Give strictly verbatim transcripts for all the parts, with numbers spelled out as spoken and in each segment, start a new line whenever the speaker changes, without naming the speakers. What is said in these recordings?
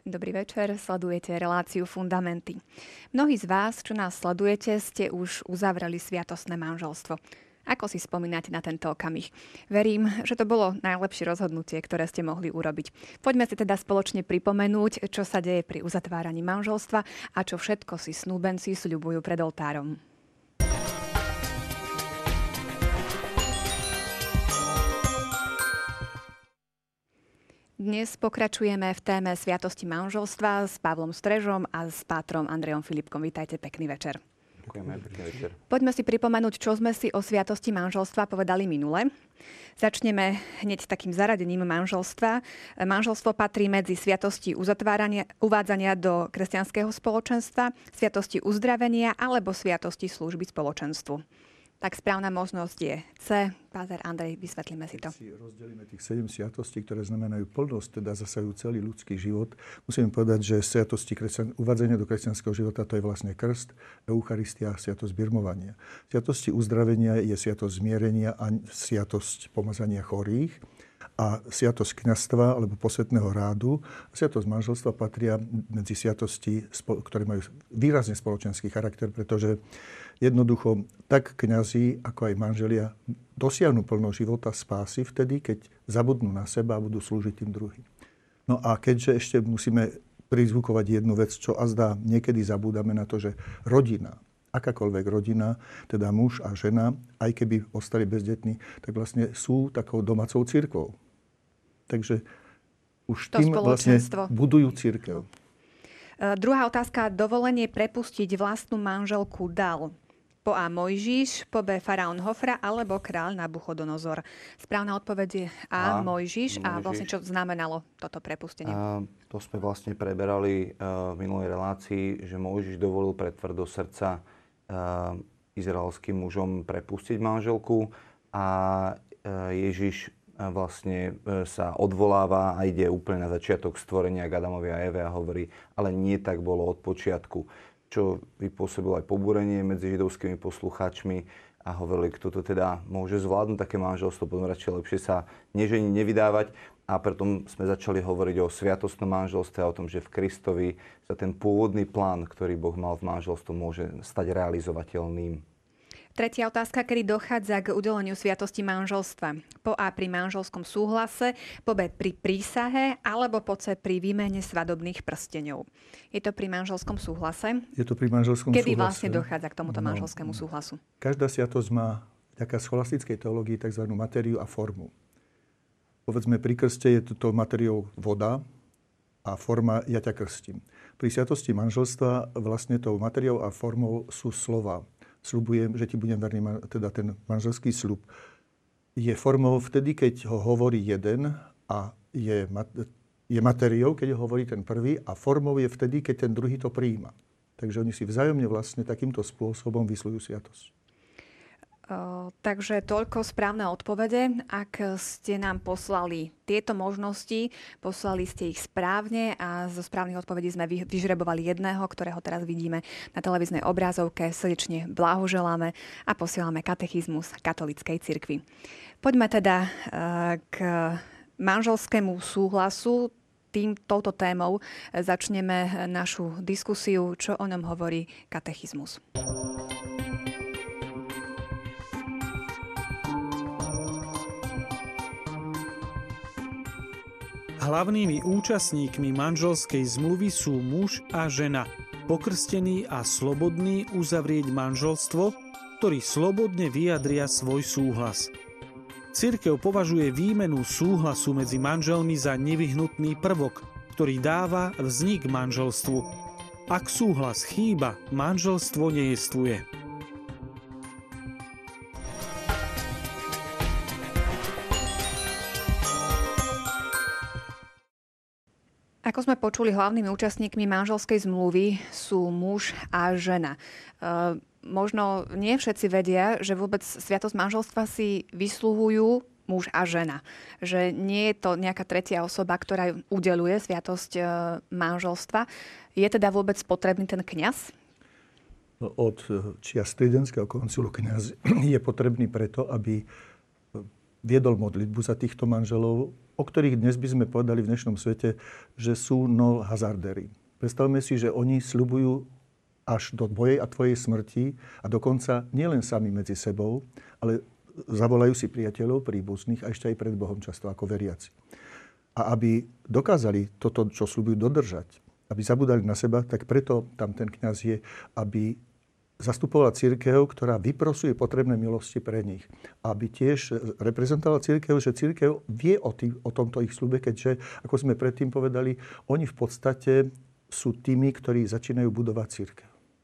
Dobrý večer, sledujete reláciu Fundamenty. Mnohí z vás, čo nás sledujete, ste už uzavreli sviatostné manželstvo. Ako si spomínate na tento okamih? Verím, že to bolo najlepšie rozhodnutie, ktoré ste mohli urobiť. Poďme si teda spoločne pripomenúť, čo sa deje pri uzatváraní manželstva a čo všetko si snúbenci sľubujú pred oltárom. Dnes pokračujeme v téme Sviatosti manželstva s Pavlom Strežom a s pátrom Andrejom Filipkom. Vítajte, pekný večer.
Ďakujeme, pekný večer.
Poďme si pripomenúť, čo sme si o Sviatosti manželstva povedali minule. Začneme hneď takým zaradením manželstva. Manželstvo patrí medzi sviatosti uzatvárania, uvádzania do kresťanského spoločenstva, sviatosti uzdravenia alebo sviatosti služby spoločenstvu. Tak správna možnosť je C. Páter Andrej, vysvetlíme si to.
Keď si rozdelíme tých sedem sviatostí, ktoré znamenajú plnosť, teda zasahujú celý ľudský život, musíme povedať, že sviatosti kresťan... uvádzania do kresťanského života to je vlastne krst, Eucharistia, sviatosť birmovania. Sviatosti uzdravenia je sviatosť zmierenia a sviatosť pomazania chorých. A sviatosť kňazstva alebo posvätného rádu a sviatosť manželstva patria medzi sviatosti, ktoré majú výrazne spoločenský charakter, pretože jednoducho tak kňazi, ako aj manželia dosiahnu plnosť života spásy vtedy, keď zabudnú na seba a budú slúžiť tým druhým. No a keďže ešte musíme prizvukovať jednu vec, čo azda niekedy zabúdame na to, že rodina, akákoľvek rodina, teda muž a žena, aj keby ostali bezdetní, tak vlastne sú takou domácou cirkvou. Takže už
to
tým vlastne budujú cirkev.
Uh, druhá otázka. Dovolenie prepustiť vlastnú manželku dal po A. Mojžiš, po B. faraón Hofra alebo kráľ Nabuchodonozor. Správna odpoveď je A. a Mojžiš. A vlastne čo znamenalo toto prepustenie?
A to sme vlastne preberali uh, v minulej relácii, že Mojžiš dovolil pre tvrdo srdca uh, izraelským mužom prepustiť manželku a uh, Ježiš vlastne sa odvoláva a ide úplne na začiatok stvorenia k Adamovi a Eve a hovorí, ale nie tak bolo od počiatku, čo vypôsobilo aj pobúrenie medzi židovskými poslucháčmi a hovorili, kto to teda môže zvládnuť také manželstvo, potom radšej lepšie sa neženiť, nevydávať. A preto sme začali hovoriť o sviatostnom manželstve a o tom, že v Kristovi sa ten pôvodný plán, ktorý Boh mal v manželstve, môže stať realizovateľným.
Tretia otázka, kedy dochádza k udeleniu sviatosti manželstva. Po A pri manželskom súhlase, po B pri prísahe, alebo po C pri výmene svadobných prsteňov. Je to pri manželskom súhlase?
Je to pri manželskom
kedy
súhlase.
Kedy vlastne dochádza k tomuto
no,
manželskému súhlasu?
Každá sviatosť má vďaka scholastickej teológii tzv. Materiu a formu. Povedzme, pri krste je toto materiou voda a forma ja ťa krstím. Pri sviatosti manželstva vlastne tou materiou a formou sú slova. Sľubujem, že ti budem verný, teda ten manželský sľub je formou vtedy, keď ho hovorí jeden a je, je materiou, keď ho hovorí ten prvý a formou je vtedy, keď ten druhý to prijíma. Takže oni si vzájomne vlastne takýmto spôsobom vyslujú sviatosť.
Uh, takže toľko správne odpovede. Ak ste nám poslali tieto možnosti, poslali ste ich správne a zo správnych odpovedí sme vy, vyžrebovali jedného, ktorého teraz vidíme na televíznej obrazovke. Srdečne blahoželáme a posielame katechizmus katolíckej cirkvi. Poďme teda uh, k manželskému súhlasu. Tým, touto témou začneme našu diskusiu, čo o ňom hovorí katechizmus.
Hlavnými účastníkmi manželskej zmluvy sú muž a žena, pokrstení a slobodní uzavrieť manželstvo, ktorí slobodne vyjadria svoj súhlas. Cirkev považuje výmenu súhlasu medzi manželmi za nevyhnutný prvok, ktorý dáva vznik manželstvu. Ak súhlas chýba, manželstvo nejestvuje.
Ako sme počuli, hlavnými účastníkmi manželskej zmluvy sú muž a žena. E, možno nie všetci vedia, že vôbec sviatosť manželstva si vysluhujú muž a žena. Že nie je to nejaká tretia osoba, ktorá udeľuje sviatosť e, manželstva. Je teda vôbec potrebný ten kňaz?
Od čias Tridentského koncilu kňaz je potrebný preto, aby viedol modlitbu za týchto manželov, o ktorých dnes by sme povedali v dnešnom svete, že sú nol hazardéri. Predstavme si, že oni sľubujú až do mojej a tvojej smrti a dokonca nielen sami medzi sebou, ale zavolajú si priateľov, príbuzných a ešte aj pred Bohom často ako veriaci. A aby dokázali toto, čo sľubujú, dodržať, aby zabudali na seba, tak preto tam ten kňaz je, aby zastupovala cirkev, ktorá vyprosuje potrebné milosti pre nich. Aby tiež reprezentovala cirkev, že cirkev vie o, tý, o tomto ich sľube, keďže, ako sme predtým povedali, oni v podstate sú tými, ktorí začínajú budovať cirkev.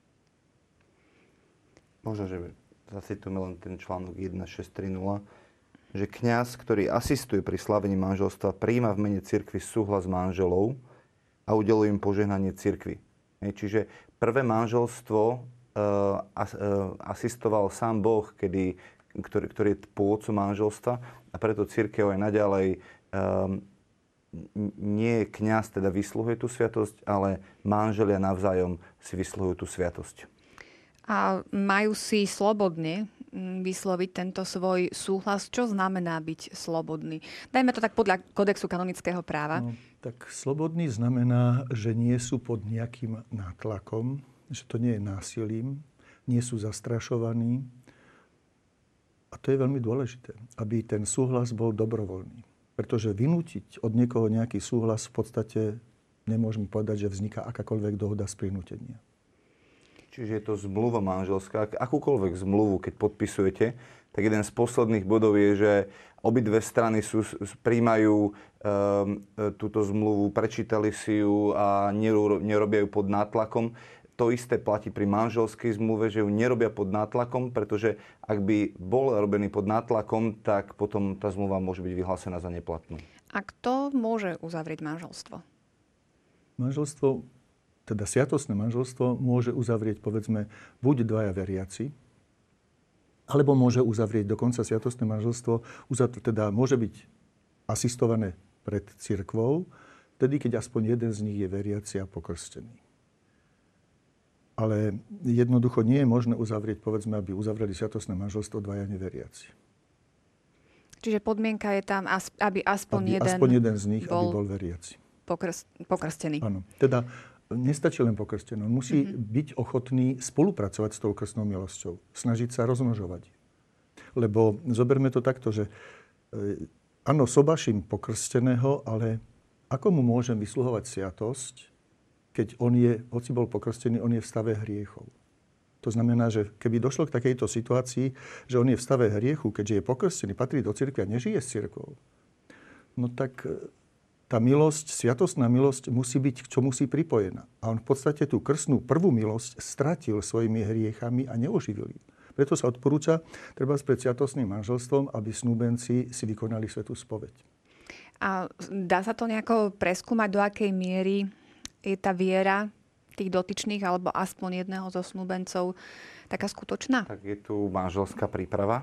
Možno, že zacitujeme len ten článok jeden šesť tri nula, že kňaz, ktorý asistuje pri slavení manželstva, prijíma v mene cirkvi súhlas manželov a udeluje im požehnanie cirkvi. Čiže prvé manželstvo Uh, as, uh, asistoval sám Boh, kedy, ktorý, ktorý je pôvodcom manželstva, a preto cirkev aj naďalej um, nie kňaz teda vysluhuje tú sviatosť, ale manželia navzájom si vysluhujú tú sviatosť.
A majú si slobodne vysloviť tento svoj súhlas. Čo znamená byť slobodný? Dajme to tak podľa kodexu kanonického práva.
No, tak slobodný znamená, že nie sú pod nejakým nátlakom, že to nie je násilím, nie sú zastrašovaní. A to je veľmi dôležité, aby ten súhlas bol dobrovoľný. Pretože vynútiť od niekoho nejaký súhlas v podstate nemôžeme povedať, že vzniká akákoľvek dohoda z prinútenia.
Čiže je to zmluva manželská. Akúkoľvek zmluvu, keď podpisujete, tak jeden z posledných bodov je, že obidve strany sú, príjmajú um, túto zmluvu, prečítali si ju a nerobia ju pod nátlakom. To isté platí pri manželskej zmluve, že ju nerobia pod nátlakom, pretože ak by bol robený pod nátlakom, tak potom tá zmluva môže byť vyhlásená za neplatnú.
A kto môže uzavrieť manželstvo?
Manželstvo, teda sviatostné manželstvo, môže uzavrieť, povedzme, buď dvaja veriaci, alebo môže uzavrieť dokonca sviatostné manželstvo, teda môže byť asistované pred cirkvou, tedy keď aspoň jeden z nich je veriaci a pokrstený. Ale jednoducho nie je možné uzavrieť, povedzme, aby uzavreli sviatostné manželstvo dvaja neveriaci.
Čiže podmienka je tam, aby aspoň
aby
jeden,
aspoň jeden z nich bol, aby bol veriaci.
Pokrst, pokrstený.
Áno. Teda nestačí len pokrstený. On musí mm-hmm. byť ochotný spolupracovať s tou krstnou milosťou. Snažiť sa rozmnožovať. Lebo zoberme to takto, že áno, sobaším pokrsteného, ale ako mu môžem vysluhovať sviatosť, keď on je, hoci bol pokrstený, on je v stave hriechov. To znamená, že keby došlo k takejto situácii, že on je v stave hriechu, keďže je pokrstený, patrí do cirkvi a nežije s cirkvou, no tak tá milosť, sviatostná milosť musí byť, čo musí pripojená. A on v podstate tú krstnú prvú milosť stratil svojimi hriechami a neoživil ju. Preto sa odporúča, treba pred sviatostným manželstvom, aby snúbenci si vykonali svätú spoveď.
A dá sa to nejako preskúmať, do akej miery je tá viera tých dotyčných alebo aspoň jedného zo snúbencov taká skutočná?
Tak je tu manželská príprava,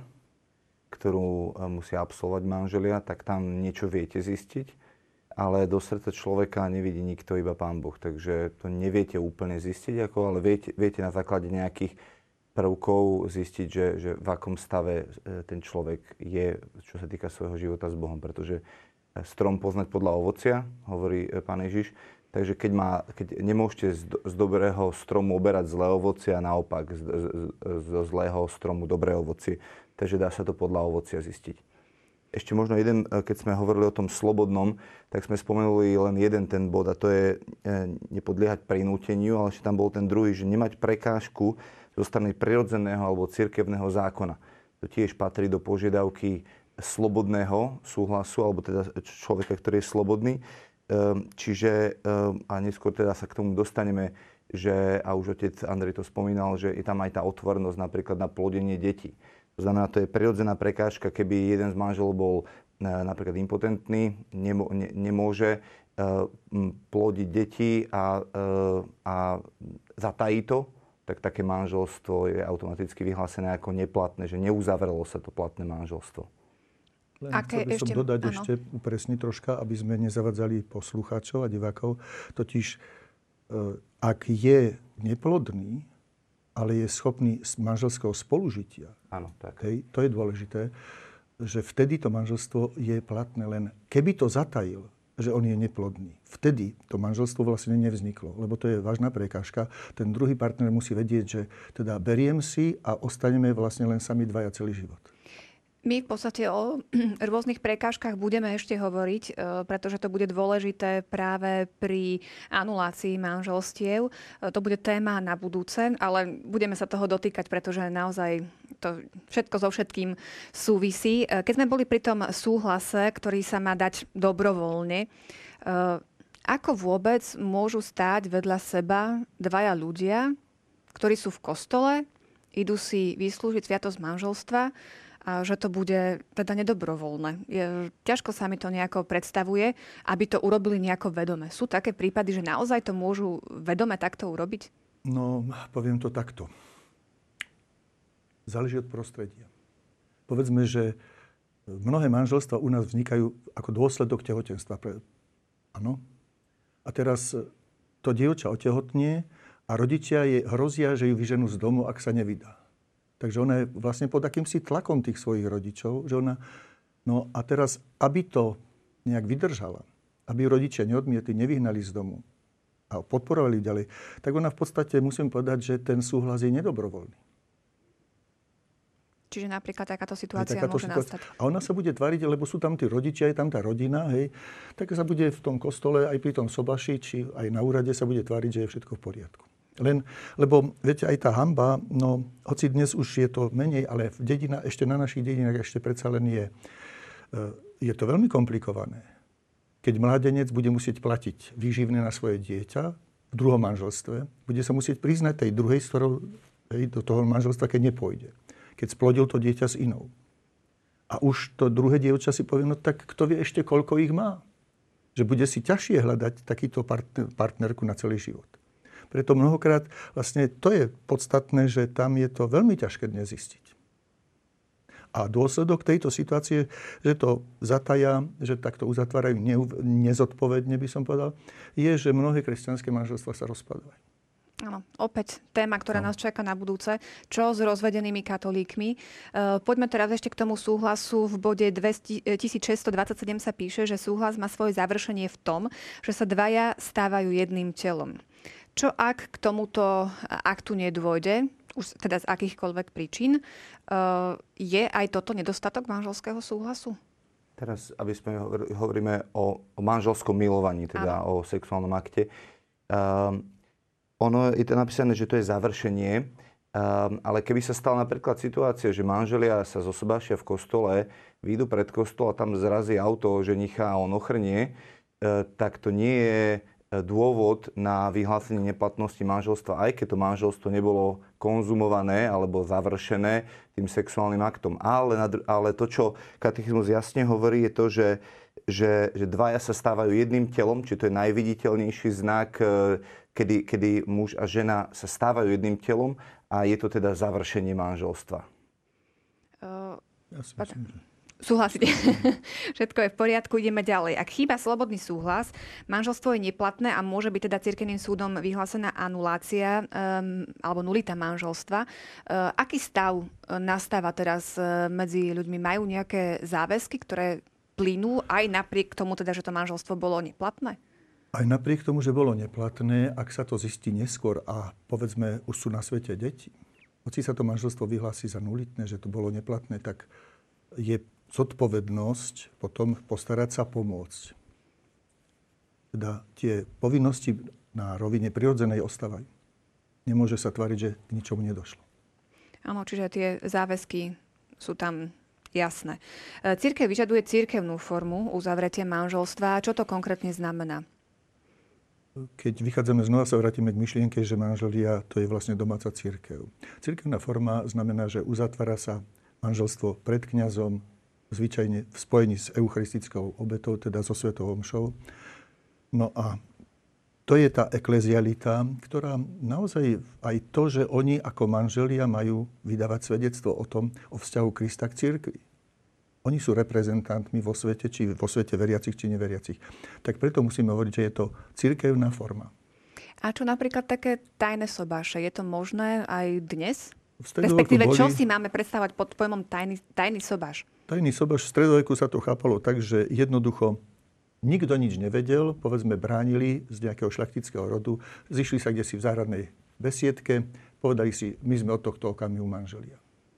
ktorú musia absolvovať manželia, tak tam niečo viete zistiť, ale do srdca človeka nevidí nikto, iba Pán Boh. Takže to neviete úplne zistiť, ako, ale viete, viete na základe nejakých prvkov zistiť, že, že v akom stave ten človek je, čo sa týka svojho života s Bohom. Pretože strom poznať podľa ovocia, hovorí Pán Ježiš. Takže keď, má, keď nemôžete z, z dobrého stromu oberať zlé ovocie a naopak z, z, zo zlého stromu dobré ovocie. Takže dá sa to podľa ovocia zistiť. Ešte možno jeden, keď sme hovorili o tom slobodnom, tak sme spomenuli len jeden ten bod a to je nepodliehať prinúteniu, ale ešte tam bol ten druhý, že nemať prekážku zo strany prirodzeného alebo cirkevného zákona. To tiež patrí do požiadavky slobodného súhlasu, alebo teda človeka, ktorý je slobodný. Čiže, a neskôr teda sa k tomu dostaneme, že, a už otec Andrej to spomínal, že je tam aj tá otvorenosť napríklad na plodenie detí. To znamená, to je prirodzená prekážka, keby jeden z manželov bol napríklad impotentný, nemô, ne, nemôže plodiť deti a, a zatají to, tak také manželstvo je automaticky vyhlásené ako neplatné, že neuzavrelo sa to platné manželstvo.
Len chcel by som ešte dodať áno. ešte upresniť troška, aby sme nezavadzali poslucháčov a divákov. Totiž, ak je neplodný, ale je schopný z manželského spolužitia,
áno, tak.
Hej, to je dôležité, že vtedy to manželstvo je platné, len keby to zatajil, že on je neplodný. Vtedy to manželstvo vlastne nevzniklo, lebo to je vážna prekážka. Ten druhý partner musí vedieť, že teda beriem si a ostaneme vlastne len sami dvaja celý život.
My v podstate o rôznych prekážkach budeme ešte hovoriť, pretože to bude dôležité práve pri anulácii manželstiev. To bude téma na budúce, ale budeme sa toho dotýkať, pretože naozaj to všetko so všetkým súvisí. Keď sme boli pri tom súhlase, ktorý sa má dať dobrovoľne, ako vôbec môžu stáť vedľa seba dvaja ľudia, ktorí sú v kostole, idú si vyslúžiť sviatosť manželstva, a že to bude teda nedobrovoľné. Je, ťažko sa mi to nejako predstavuje, aby to urobili nejako vedome. Sú také prípady, že naozaj to môžu vedome takto urobiť?
No, poviem to takto. Záleží od prostredia. Povedzme, že mnohé manželstva u nás vznikajú ako dôsledok tehotenstva. Áno. A teraz to dievča otehotnie a rodičia jej hrozia, že ju vyženú z domu, ak sa nevydá. Takže ona je vlastne pod akýmsi tlakom tých svojich rodičov, že ona... No a teraz, aby to nejak vydržala, aby ju rodičia neodmietli, nevyhnali z domu a podporovali ďalej, tak ona v podstate, musím povedať, že ten súhlas je nedobrovoľný.
Čiže napríklad takáto situácia
takáto
môže
situácia.
nastať.
A ona sa bude tváriť, lebo sú tam tí rodičia, je tam tá rodina, hej, tak sa bude v tom kostole, aj pri tom sobaši, či aj na úrade sa bude tváriť, že je všetko v poriadku. Len, lebo viete, aj tá hanba, no hoci dnes už je to menej, ale v dedina, ešte na našich dedinách ešte predsa len je, je to veľmi komplikované. Keď mládenec bude musieť platiť výživné na svoje dieťa v druhom manželstve, bude sa musieť priznať tej druhej, s ktorou hej, do toho manželstva, keď nepôjde. Keď splodil to dieťa s inou. A už to druhé dievča si povie, no tak kto vie ešte, koľko ich má. Že bude si ťažšie hľadať takýto partner, partnerku na celý život. Preto mnohokrát vlastne to je podstatné, že tam je to veľmi ťažké dnes zistiť. A dôsledok tejto situácie, že to zataja, že takto uzatvárajú ne, nezodpovedne, by som povedal, je, že mnohé kresťanské manželstvá sa rozpadávajú.
Áno, opäť téma, ktorá
no.
nás čaká na budúce. Čo s rozvedenými katolíkmi? E, poďme teraz ešte k tomu súhlasu. V bode tisícšesťstodvadsaťsedem sa píše, že súhlas má svoje završenie v tom, že sa dvaja stávajú jedným telom. Čo ak k tomuto aktu nedôjde, už teda z akýchkoľvek príčin, je aj toto nedostatok manželského súhlasu?
Teraz, aby sme hovoríme o, o manželskom milovaní, teda Áno. o sexuálnom akte. Um, ono je to napísané, že to je završenie, um, ale keby sa stala napríklad situácia, že manželia sa zosobášia v kostole, výjdu pred kostol a tam zrazí auto ženicha a on ochrnie, uh, tak to nie je dôvod na vyhlásenie neplatnosti manželstva, aj keď to manželstvo nebolo konzumované alebo završené tým sexuálnym aktom. Ale, ale to, čo katechizmus jasne hovorí, je to, že, že, že dvaja sa stávajú jedným telom, či to je najviditeľnejší znak, kedy, kedy muž a žena sa stávajú jedným telom a je to teda završenie manželstva.
Uh,
ja si myslím, že...
Súhlasíte. Všetko je v poriadku, ideme ďalej. Ak chýba slobodný súhlas, manželstvo je neplatné a môže byť teda cirkevným súdom vyhlásená anulácia um, alebo nulita manželstva. Uh, aký stav nastáva teraz uh, medzi ľuďmi? Majú nejaké záväzky, ktoré plynú aj napriek tomu, teda, že to manželstvo bolo neplatné?
Aj napriek tomu, že bolo neplatné, ak sa to zistí neskôr a povedzme, už sú na svete deti, hoci sa to manželstvo vyhlási za nulitné, že to bolo neplatné, tak je zodpovednosť potom postarať sa pomôcť. Teda tie povinnosti na rovine prirodzenej ostávajú. Nemôže sa tváriť, že k ničomu nedošlo.
Áno, čiže tie záväzky sú tam jasné. Cirkev vyžaduje cirkevnú formu uzavretia manželstva. Čo to konkrétne znamená?
Keď vychádzame, znova sa vrátime k myšlienke, že manželia to je vlastne domáca cirkev. Cirkevná forma znamená, že uzatvára sa manželstvo pred kňazom, zvyčajne v spojení s eucharistickou obetou, teda so svetou omšou. No a to je tá eklezialita, ktorá naozaj aj to, že oni ako manželia majú vydávať svedectvo o tom, o vzťahu Krista k cirkvi. Oni sú reprezentantmi vo svete, či vo svete veriacich, či neveriacich. Tak preto musíme hovoriť, že je to cirkevná forma.
A čo napríklad také tajné sobáše? Je to možné aj dnes?
V stredoveku
Respektíve,
boli...
čo si máme predstavovať pod pojmom tajný, tajný sobáš?
Tajný sobaš v stredoveku sa to chápalo tak, že jednoducho nikto nič nevedel, povedzme bránili z nejakého šľachtického rodu, zišli sa kdesi v záhradnej besiedke, povedali si, my sme od tohto okamihu manželia.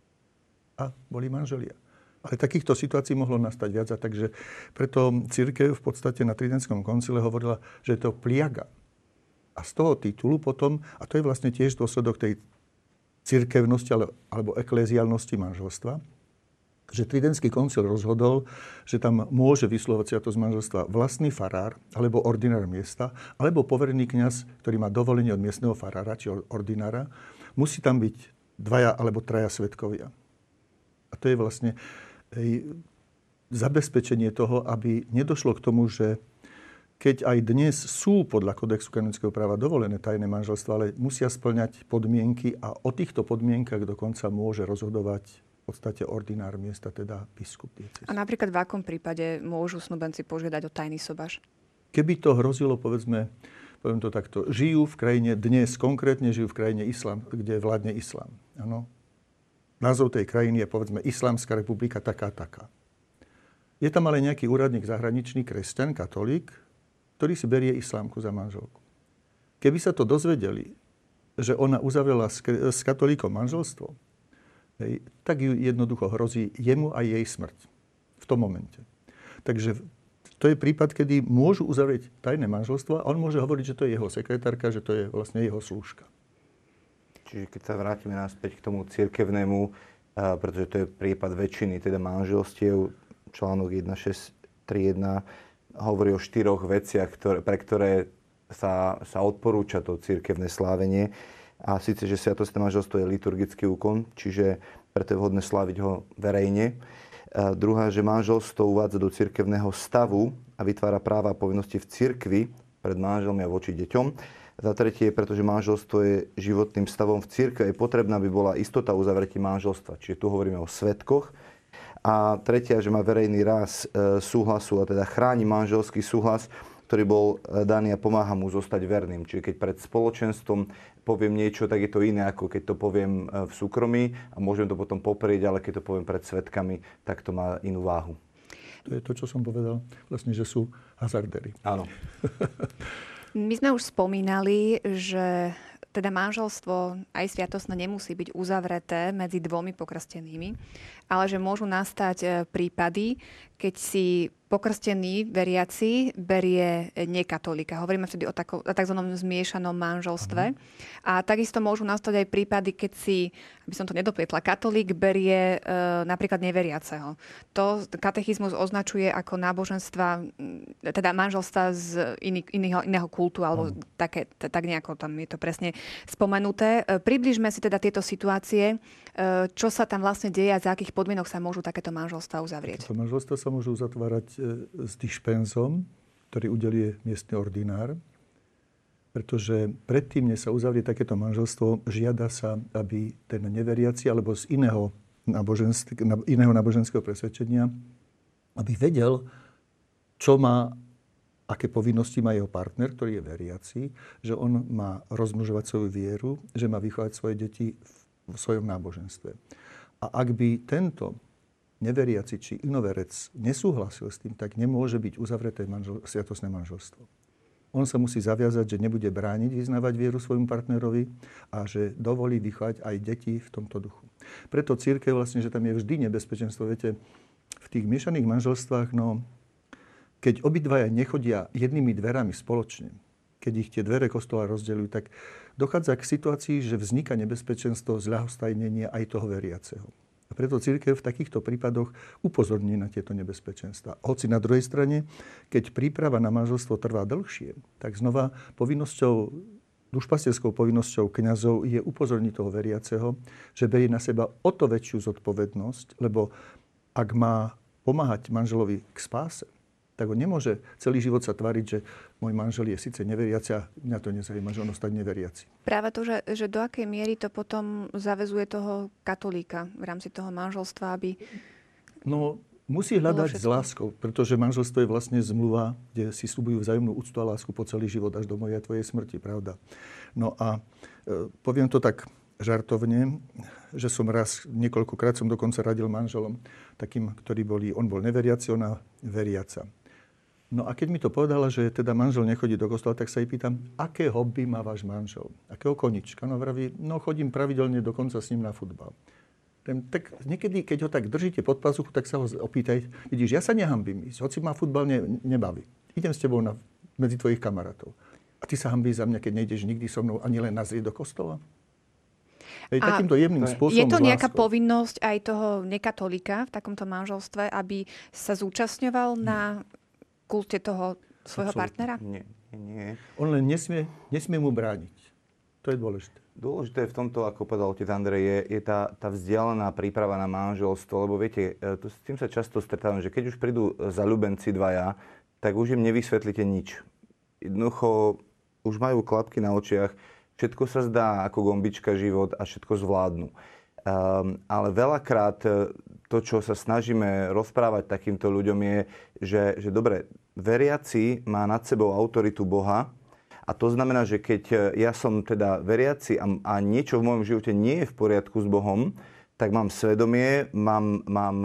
A boli manželia. Ale takýchto situácií mohlo nastať viac, a takže preto cirkev v podstate na Tridentskom koncile hovorila, že je to pliaga. A z toho titulu potom, a to je vlastne tiež dôsledok tej cirkevnosti alebo ekléziálnosti manželstva, že Tridentský koncil rozhodol, že tam môže vyslovať sviatosť manželstva vlastný farár alebo ordinár miesta, alebo poverený kňaz, ktorý má dovolenie od miestneho farára či ordinára. Musí tam byť dvaja alebo traja svedkovia. A to je vlastne hej, zabezpečenie toho, aby nedošlo k tomu, že keď aj dnes sú podľa kodexu kanonického práva dovolené tajné manželstva, ale musia spĺňať podmienky a o týchto podmienkach dokonca môže rozhodovať v podstate ordinár miesta, teda biskup diecézny.
A napríklad v akom prípade môžu snúbenci požiadať o tajný sobaš?
Keby to hrozilo, povedzme, poviem to takto, žijú v krajine, dnes konkrétne žijú v krajine islám, kde vládne islám. Áno. Názov tej krajiny je, povedzme, Islamská republika taká, taká. Je tam ale nejaký úradník zahraničný, kresťan, katolík, ktorý si berie islámku za manželku. Keby sa to dozvedeli, že ona uzavrela s, s katolíkom manželstvo, hej, tak ju jednoducho hrozí jemu aj jej smrť v tom momente. Takže to je prípad, kedy môžu uzavrieť tajné manželstvo a on môže hovoriť, že to je jeho sekretárka, že to je vlastne jeho slúžka.
Čiže keď sa vrátime naspäť k tomu cirkevnému, uh, pretože to je prípad väčšiny teda manželstiev, článok jeden šesť tri jeden hovorí o štyroch veciach, ktoré, pre ktoré sa, sa odporúča to cirkevné slávenie. A síce, že sviatostné manželstvo je liturgický úkon, čiže preto je vhodné sláviť ho verejne. A druhá, že manželstvo uvádza do cirkevného stavu a vytvára práva a povinnosti v cirkvi pred manželmi a voči deťom. Za tretie, pretože manželstvo je životným stavom v cirkvi, je potrebná, aby bola istota uzavretí manželstva. Čiže tu hovoríme o svedkoch. A tretia, že má verejný ráz e, súhlasu, a teda chráni manželský súhlas, ktorý bol daný a pomáha mu zostať verným. Čiže keď pred spoločenstvom poviem niečo, tak je to iné, ako keď to poviem v súkromí a môžem to potom poprieť, ale keď to poviem pred svedkami, tak to má inú váhu.
To je to, čo som povedal, vlastne, že sú hazardéri.
Áno.
My sme už spomínali, že teda manželstvo aj sviatostné nemusí byť uzavreté medzi dvomi pokrstenými, ale že môžu nastať prípady, keď si pokrstený veriaci berie nekatolíka. Hovoríme vtedy o, tako, o tzv. Zmiešanom manželstve. Uh-huh. A takisto môžu nastať aj prípady, keď si, aby som to nedoplietla, katolík berie e, napríklad neveriaceho. To katechizmus označuje ako náboženstva, teda manželstva z iný, iného, iného kultu, alebo uh-huh. také, t- tak nejako tam je to presne spomenuté. E, približme si teda tieto situácie, e, čo sa tam vlastne deje a za akých podmienok sa môžu takéto manželstvá uzavrieť.
Takéto manželstvá sa môžu uzatvárať s dišpenzom, ktorý udelie miestny ordinár, pretože predtým, než sa uzavrie takéto manželstvo, žiada sa, aby ten neveriaci alebo z iného, nábožensk- iného náboženského presvedčenia, aby vedel, čo má, aké povinnosti má jeho partner, ktorý je veriaci, že on má rozmnožovať svoju vieru, že má vychovať svoje deti v svojom náboženstve. A ak by tento neveriaci či inoverec nesúhlasil s tým, tak nemôže byť uzavreté manžel, sviatostné manželstvo. On sa musí zaviazať, že nebude brániť vyznávať vieru svojmu partnerovi a že dovolí vychovať aj deti v tomto duchu. Preto cirkev vlastne, že tam je vždy nebezpečenstvo. Viete, v tých miešaných manželstvách, no, keď obidvaja nechodia jednými dverami spoločne, keď ich tie dvere kostola rozdeľujú, tak dochádza k situácii, že vzniká nebezpečenstvo zľahostajnenia aj toho veriaceho. A preto cirkev v takýchto prípadoch upozorní na tieto nebezpečenstvá. Hoci na druhej strane, keď príprava na manželstvo trvá dlhšie, tak znova povinnosťou, dušpastierskou povinnosťou kňazov je upozorniť toho veriaceho, že berie na seba o to väčšiu zodpovednosť, lebo ak má pomáhať manželovi k spáse, tak on nemôže celý život sa tváriť, že môj manžel je síce neveriaci a mňa to nezaujíma, že on ostať neveriaci.
Práve to, že, že do akej miery to potom zaväzuje toho katolíka v rámci toho manželstva, aby...
No, musí hľadať s láskou, pretože manželstvo je vlastne zmluva, kde si sľubujú vzájomnú úctu a lásku po celý život až do mojej a tvojej smrti, pravda? No a e, poviem to tak žartovne, že som raz, niekoľkokrát som dokonca radil manželom, takým, ktorí boli, on bol neveriaci, ona veriaca. No a keď mi to povedala, že teda manžel nechodí do kostola, tak sa jej pýtam, aké hobby má váš manžel? Akého konička? No vraví, no chodím pravidelne dokonca s ním na futbal. Tak niekedy, keď ho tak držíte pod pazuchu, tak sa ho opýtaj, vidíš, ja sa nehambím ísť, hoci ma futbal ne, nebaví. Idem s tebou na, medzi tvojich kamarátov. A ty sa hambíš za mňa, keď nejdeš nikdy so mnou ani len nazrieť do kostola? Hej, takýmto jemným spôsobom.
Je to nejaká povinnosť aj toho nekatolíka v takomto manželstve, aby sa zúčastňoval nie. na kulte toho svojho Absolutne. partnera?
Nie, nie.
On len nesmie, nesmie mu brániť. To je dôležité.
Dôležité v tomto, ako povedal otec Andrej, je, je tá, tá vzdialená príprava na manželstvo, lebo viete, to, s tým sa často stretávam, že keď už prídu zaľúbenci dvaja, tak už im nevysvetlíte nič. Jednoducho už majú klapky na očiach, všetko sa zdá ako gombička život a všetko zvládnu. Um, ale veľakrát to, čo sa snažíme rozprávať takýmto ľuďom je, že, že dobre, veriaci má nad sebou autoritu Boha, a to znamená, že keď ja som teda veriaci a, a niečo v mojom živote nie je v poriadku s Bohom, tak mám svedomie, mám, mám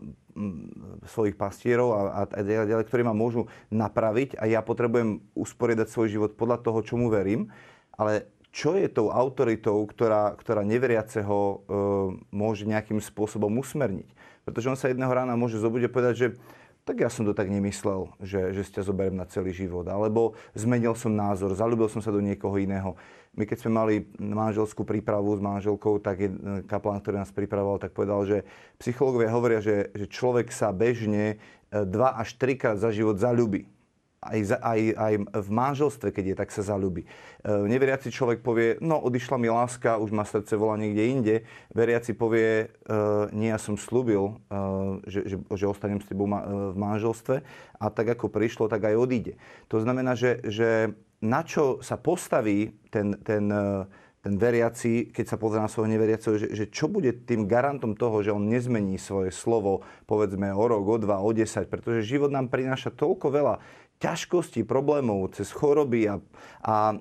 svojich pastierov a, a ďalej, ktorí ma môžu napraviť a ja potrebujem usporiadať svoj život podľa toho, čomu verím. Ale čo je tou autoritou, ktorá, ktorá neveriaceho e, môže nejakým spôsobom usmerniť? Pretože on sa jedného rána môže zobudiť a povedať, že tak ja som to tak nemyslel, že, že si ťa zoberiem na celý život. Alebo zmenil som názor, zaľúbil som sa do niekoho iného. My keď sme mali manželskú prípravu s manželkou, tak kaplán, ktorý nás pripravoval, tak povedal, že psychológovia hovoria, že, že človek sa bežne dva až trikrát za život zaľúbi. Aj, aj, aj v manželstve, keď je, tak sa zaľúbi. E, neveriaci človek povie, no odišla mi láska, už ma srdce volá niekde inde. Veriaci povie, e, nie, ja som slúbil, e, že, že, že ostanem s tebou ma, e, v manželstve a tak ako prišlo, tak aj odíde. To znamená, že, že na čo sa postaví ten, ten, ten veriaci, keď sa pozrie na svojho neveriaceho, že, že čo bude tým garantom toho, že on nezmení svoje slovo, povedzme o rok, o dva, o desať, pretože život nám prináša toľko veľa ťažkosti, problémov cez choroby a, a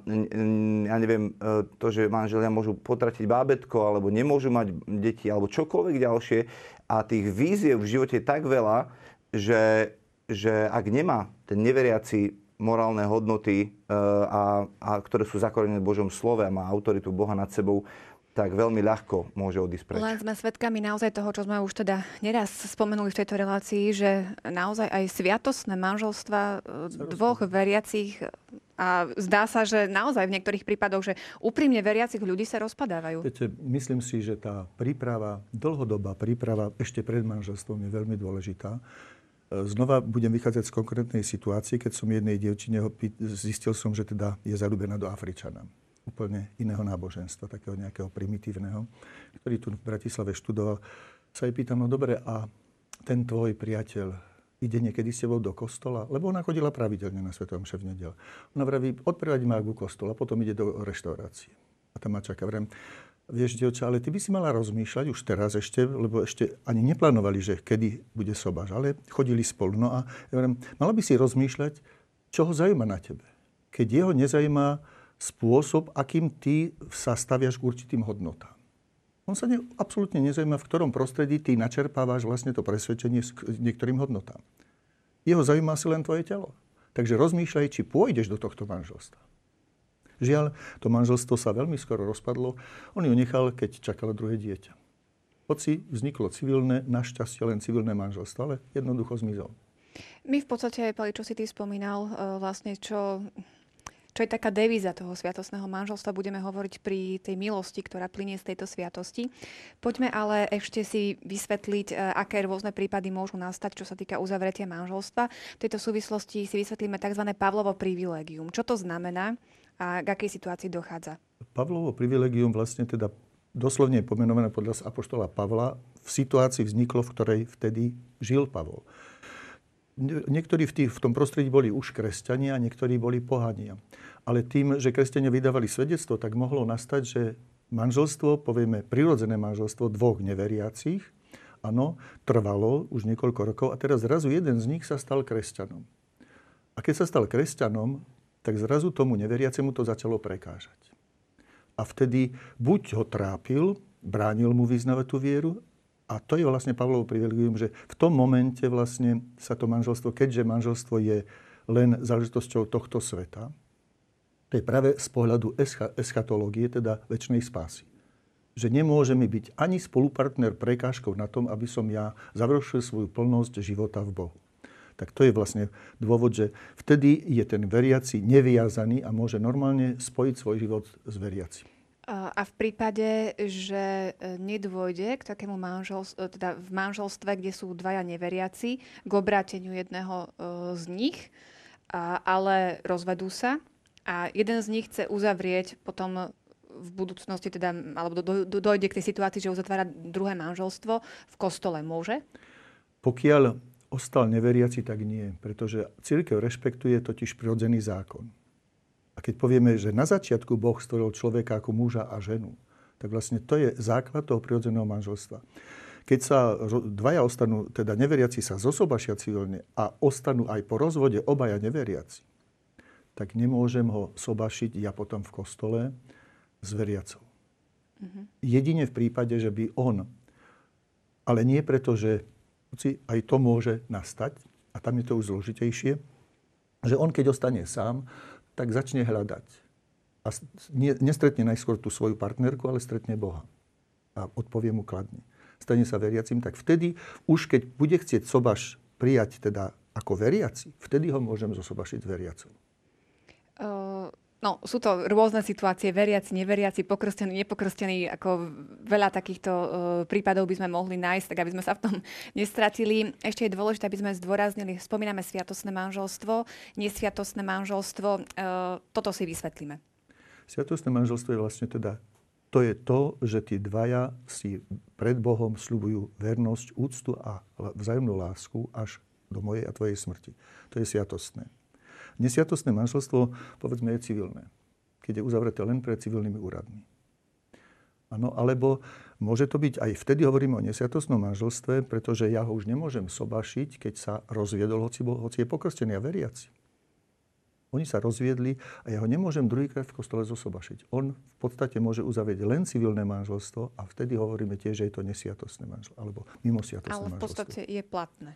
ja neviem, to, že manželia môžu potratiť bábätko alebo nemôžu mať deti alebo čokoľvek ďalšie a tých víziev v živote je tak veľa, že, že ak nemá ten neveriaci morálne hodnoty, a, a ktoré sú zakorenené v Božom slove a má autoritu Boha nad sebou, tak veľmi ľahko môže odísť preč.
Len sme svedkami naozaj toho, čo sme už teda neraz spomenuli v tejto relácii, že naozaj aj sviatostné manželstva dvoch veriacich a zdá sa, že naozaj v niektorých prípadoch, že úprimne veriacich ľudí sa rozpadávajú.
Viete, myslím si, že tá príprava, dlhodobá príprava ešte pred manželstvom je veľmi dôležitá. Znova budem vychádzať z konkrétnej situácie, keď som jednej dievčine zistil som, že teda je zaľúbená do Afričana. Úplne iného náboženstva, takého nejakého primitívneho, ktorý tu v Bratislave študoval. Sa jej pýtam, no dobre, a ten tvoj priateľ ide niekedy s tebou do kostola? Lebo ona chodila pravidelne na Svetom omše v nedeľu. Ona vraví, odprevadí ma ku kostolu a potom ide do reštaurácie. A tam ma čaká. Vrem, vieš, dievča, ale ty by si mala rozmýšľať už teraz ešte, lebo ešte ani neplánovali, že kedy bude sobáš, ale chodili spolu. No a ja vrem, mala by si rozmýšľať, čo ho zaujíma na tebe. Keď jeho nezajíma spôsob, akým ty sa staviaš k určitým hodnotám. On sa ne, absolútne nezaujíma, v ktorom prostredí ty načerpávaš vlastne to presvedčenie k niektorým hodnotám. Jeho zaujíma si len tvoje telo. Takže rozmýšľaj, či pôjdeš do tohto manželstva. Žiaľ, to manželstvo sa veľmi skoro rozpadlo. On ju nechal, keď čakalo druhé dieťa. Hoci vzniklo civilné, našťastie len civilné manželstvo, ale jednoducho zmizol.
My v podstate, Pali, čo si ty spomínal, vlastne čo... Čo je taká devíza toho sviatostného manželstva, budeme hovoriť pri tej milosti, ktorá plynie z tejto sviatosti. Poďme ale ešte si vysvetliť, aké rôzne prípady môžu nastať, čo sa týka uzavretia manželstva. V tejto súvislosti si vysvetlíme tzv. Pavlovo privilégium. Čo to znamená a k akej situácii dochádza? Pavlovo
privilégium vlastne teda doslovne je pomenované podľa apoštola Pavla v situácii vzniklo, v ktorej vtedy žil Pavol. Niektorí v, tých, v tom prostredí boli už kresťania, niektorí boli pohania. Ale tým, že kresťania vydávali svedectvo, tak mohlo nastať, že manželstvo, povieme prirodzené manželstvo dvoch neveriacich, áno, trvalo už niekoľko rokov a teraz zrazu jeden z nich sa stal kresťanom. A keď sa stal kresťanom, tak zrazu tomu neveriacemu to začalo prekážať. A vtedy buď ho trápil, bránil mu vyznávať tú vieru, a to je vlastne Pavlovo privilegium, že v tom momente vlastne sa to manželstvo, keďže manželstvo je len záležitosťou tohto sveta, to je práve z pohľadu escha, eschatológie, teda večnej spásy. Že nemôžeme byť ani spolupartner prekážkou na tom, aby som ja završil svoju plnosť života v Bohu. Tak to je vlastne dôvod, že vtedy je ten veriaci neviazaný a môže normálne spojiť svoj život s veriacim.
A v prípade, že nedôjde k takému manželstvu, teda v manželstve, kde sú dvaja neveriaci, k obráteniu jedného z nich, ale rozvedú sa a jeden z nich chce uzavrieť potom v budúcnosti, teda, alebo do, do, dojde k tej situácii, že uzatvára druhé manželstvo v kostole, môže?
Pokiaľ ostal neveriaci, tak nie, pretože cirkev rešpektuje totiž prirodzený zákon. A keď povieme, že na začiatku Boh stvoril človeka ako muža a ženu, tak vlastne to je základ toho prirodzeného manželstva. Keď sa dvaja ostanú, teda neveriaci sa zosobašia civilne a ostanú aj po rozvode obaja neveriaci, tak nemôžem ho sobašiť ja potom v kostole s veriacou. Mm-hmm. Jedine v prípade, že by on, ale nie preto, že aj to môže nastať, a tam je to už zložitejšie, že on, keď ostane sám, tak začne hľadať. A nestretne najskôr tú svoju partnerku, ale stretne Boha. A odpovie mu kladne. Stane sa veriacim, tak vtedy, už keď bude chcieť sobaš prijať teda ako veriaci, vtedy ho môžem zosobašiť s veriacou.
Uh... No, sú to rôzne situácie, veriaci, neveriaci, pokrstení, nepokrstení, ako veľa takýchto uh, prípadov by sme mohli nájsť, tak aby sme sa v tom nestratili. Ešte je dôležité, aby sme zdôraznili, spomíname sviatostné manželstvo, nesviatostné manželstvo, uh, toto si vysvetlíme.
Sviatostné manželstvo je vlastne teda, to je to, že tí dvaja si pred Bohom sľubujú vernosť, úctu a vzájomnú lásku až do mojej a tvojej smrti. To je sviatostné. Nesviatostné manželstvo, povedzme, je civilné, keď je uzavreté len pred civilnými úradmi. Áno, alebo môže to byť, aj vtedy hovoríme o nesviatostnom manželstve, pretože ja ho už nemôžem sobašiť, keď sa rozviedol, hoci, hoci je pokrstený a veriaci. Oni sa rozviedli a ja ho nemôžem druhýkrát v kostole zosobašiť. On v podstate môže uzavrieť len civilné manželstvo a vtedy hovoríme tiež, že je to nesviatostné manželstvo, alebo mimosviatostné manželstvo.
Ale v podstate je platné.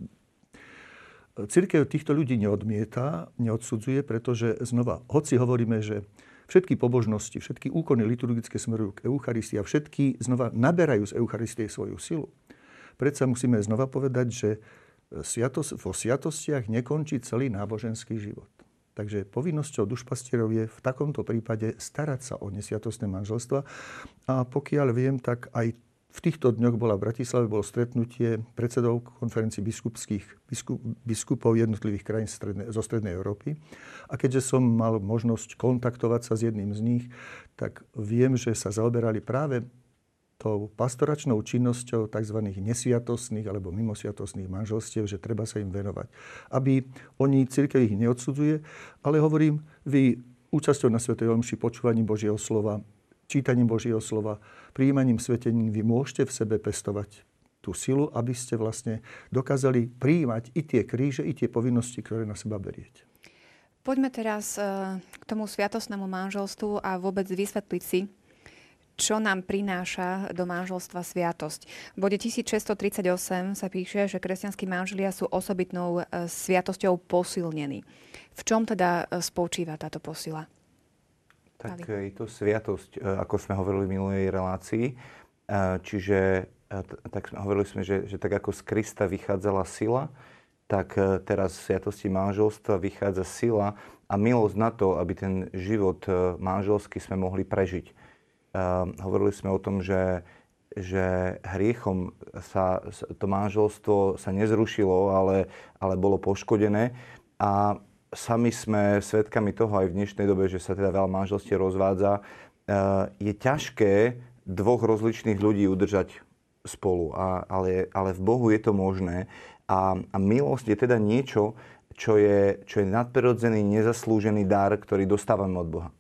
Cirkev týchto ľudí neodmieta, neodsudzuje, pretože znova, hoci hovoríme, že všetky pobožnosti, všetky úkony liturgické smerujú k Eucharistii a všetky znova naberajú z Eucharistie svoju silu, predsa musíme znova povedať, že sviatos, vo sviatostiach nekončí celý náboženský život. Takže povinnosťou dušpastierov je v takomto prípade starať sa o nesviatostné manželstva. A pokiaľ viem, tak aj v týchto dňoch bola v Bratislave bolo stretnutie predsedov konferencií biskupských biskup, biskupov jednotlivých krajín stredne, zo Strednej Európy. A keďže som mal možnosť kontaktovať sa s jedným z nich, tak viem, že sa zaoberali práve tou pastoračnou činnosťou tzv. Nesviatostných alebo mimosviatostných manželstiev, že treba sa im venovať. Aby oni, cirkev ich neodsudzuje, ale hovorím, vy účasťou na svätej omši, počúvaním Božieho slova, čítaním Božieho slova, prijímaním svätenín, vy môžete v sebe pestovať tú silu, aby ste vlastne dokázali prijímať i tie kríže, i tie povinnosti, ktoré na seba beriete.
Poďme teraz k tomu sviatostnému manželstvu a vôbec vysvetliť si, čo nám prináša do manželstva sviatosť. V bode tisícšesťstotridsaťosem sa píše, že kresťanskí manželia sú osobitnou sviatosťou posilnení. V čom teda spočíva táto posila?
Tak je to sviatosť, ako sme hovorili v minulej relácii. Čiže tak hovorili sme, že, že tak ako z Krista vychádzala sila, tak teraz v sviatosti manželstva vychádza sila a milosť na to, aby ten život manželský sme mohli prežiť. Hovorili sme o tom, že, že hriechom sa to manželstvo sa nezrušilo, ale, ale bolo poškodené. A sami sme svedkami toho aj v dnešnej dobe, že sa teda veľa manželstiev rozvádza. Je ťažké dvoch rozličných ľudí udržať spolu, a, ale, ale v Bohu je to možné. A, a milosť je teda niečo, čo je, čo je nadprirodzený, nezaslúžený dar, ktorý dostávame od Boha.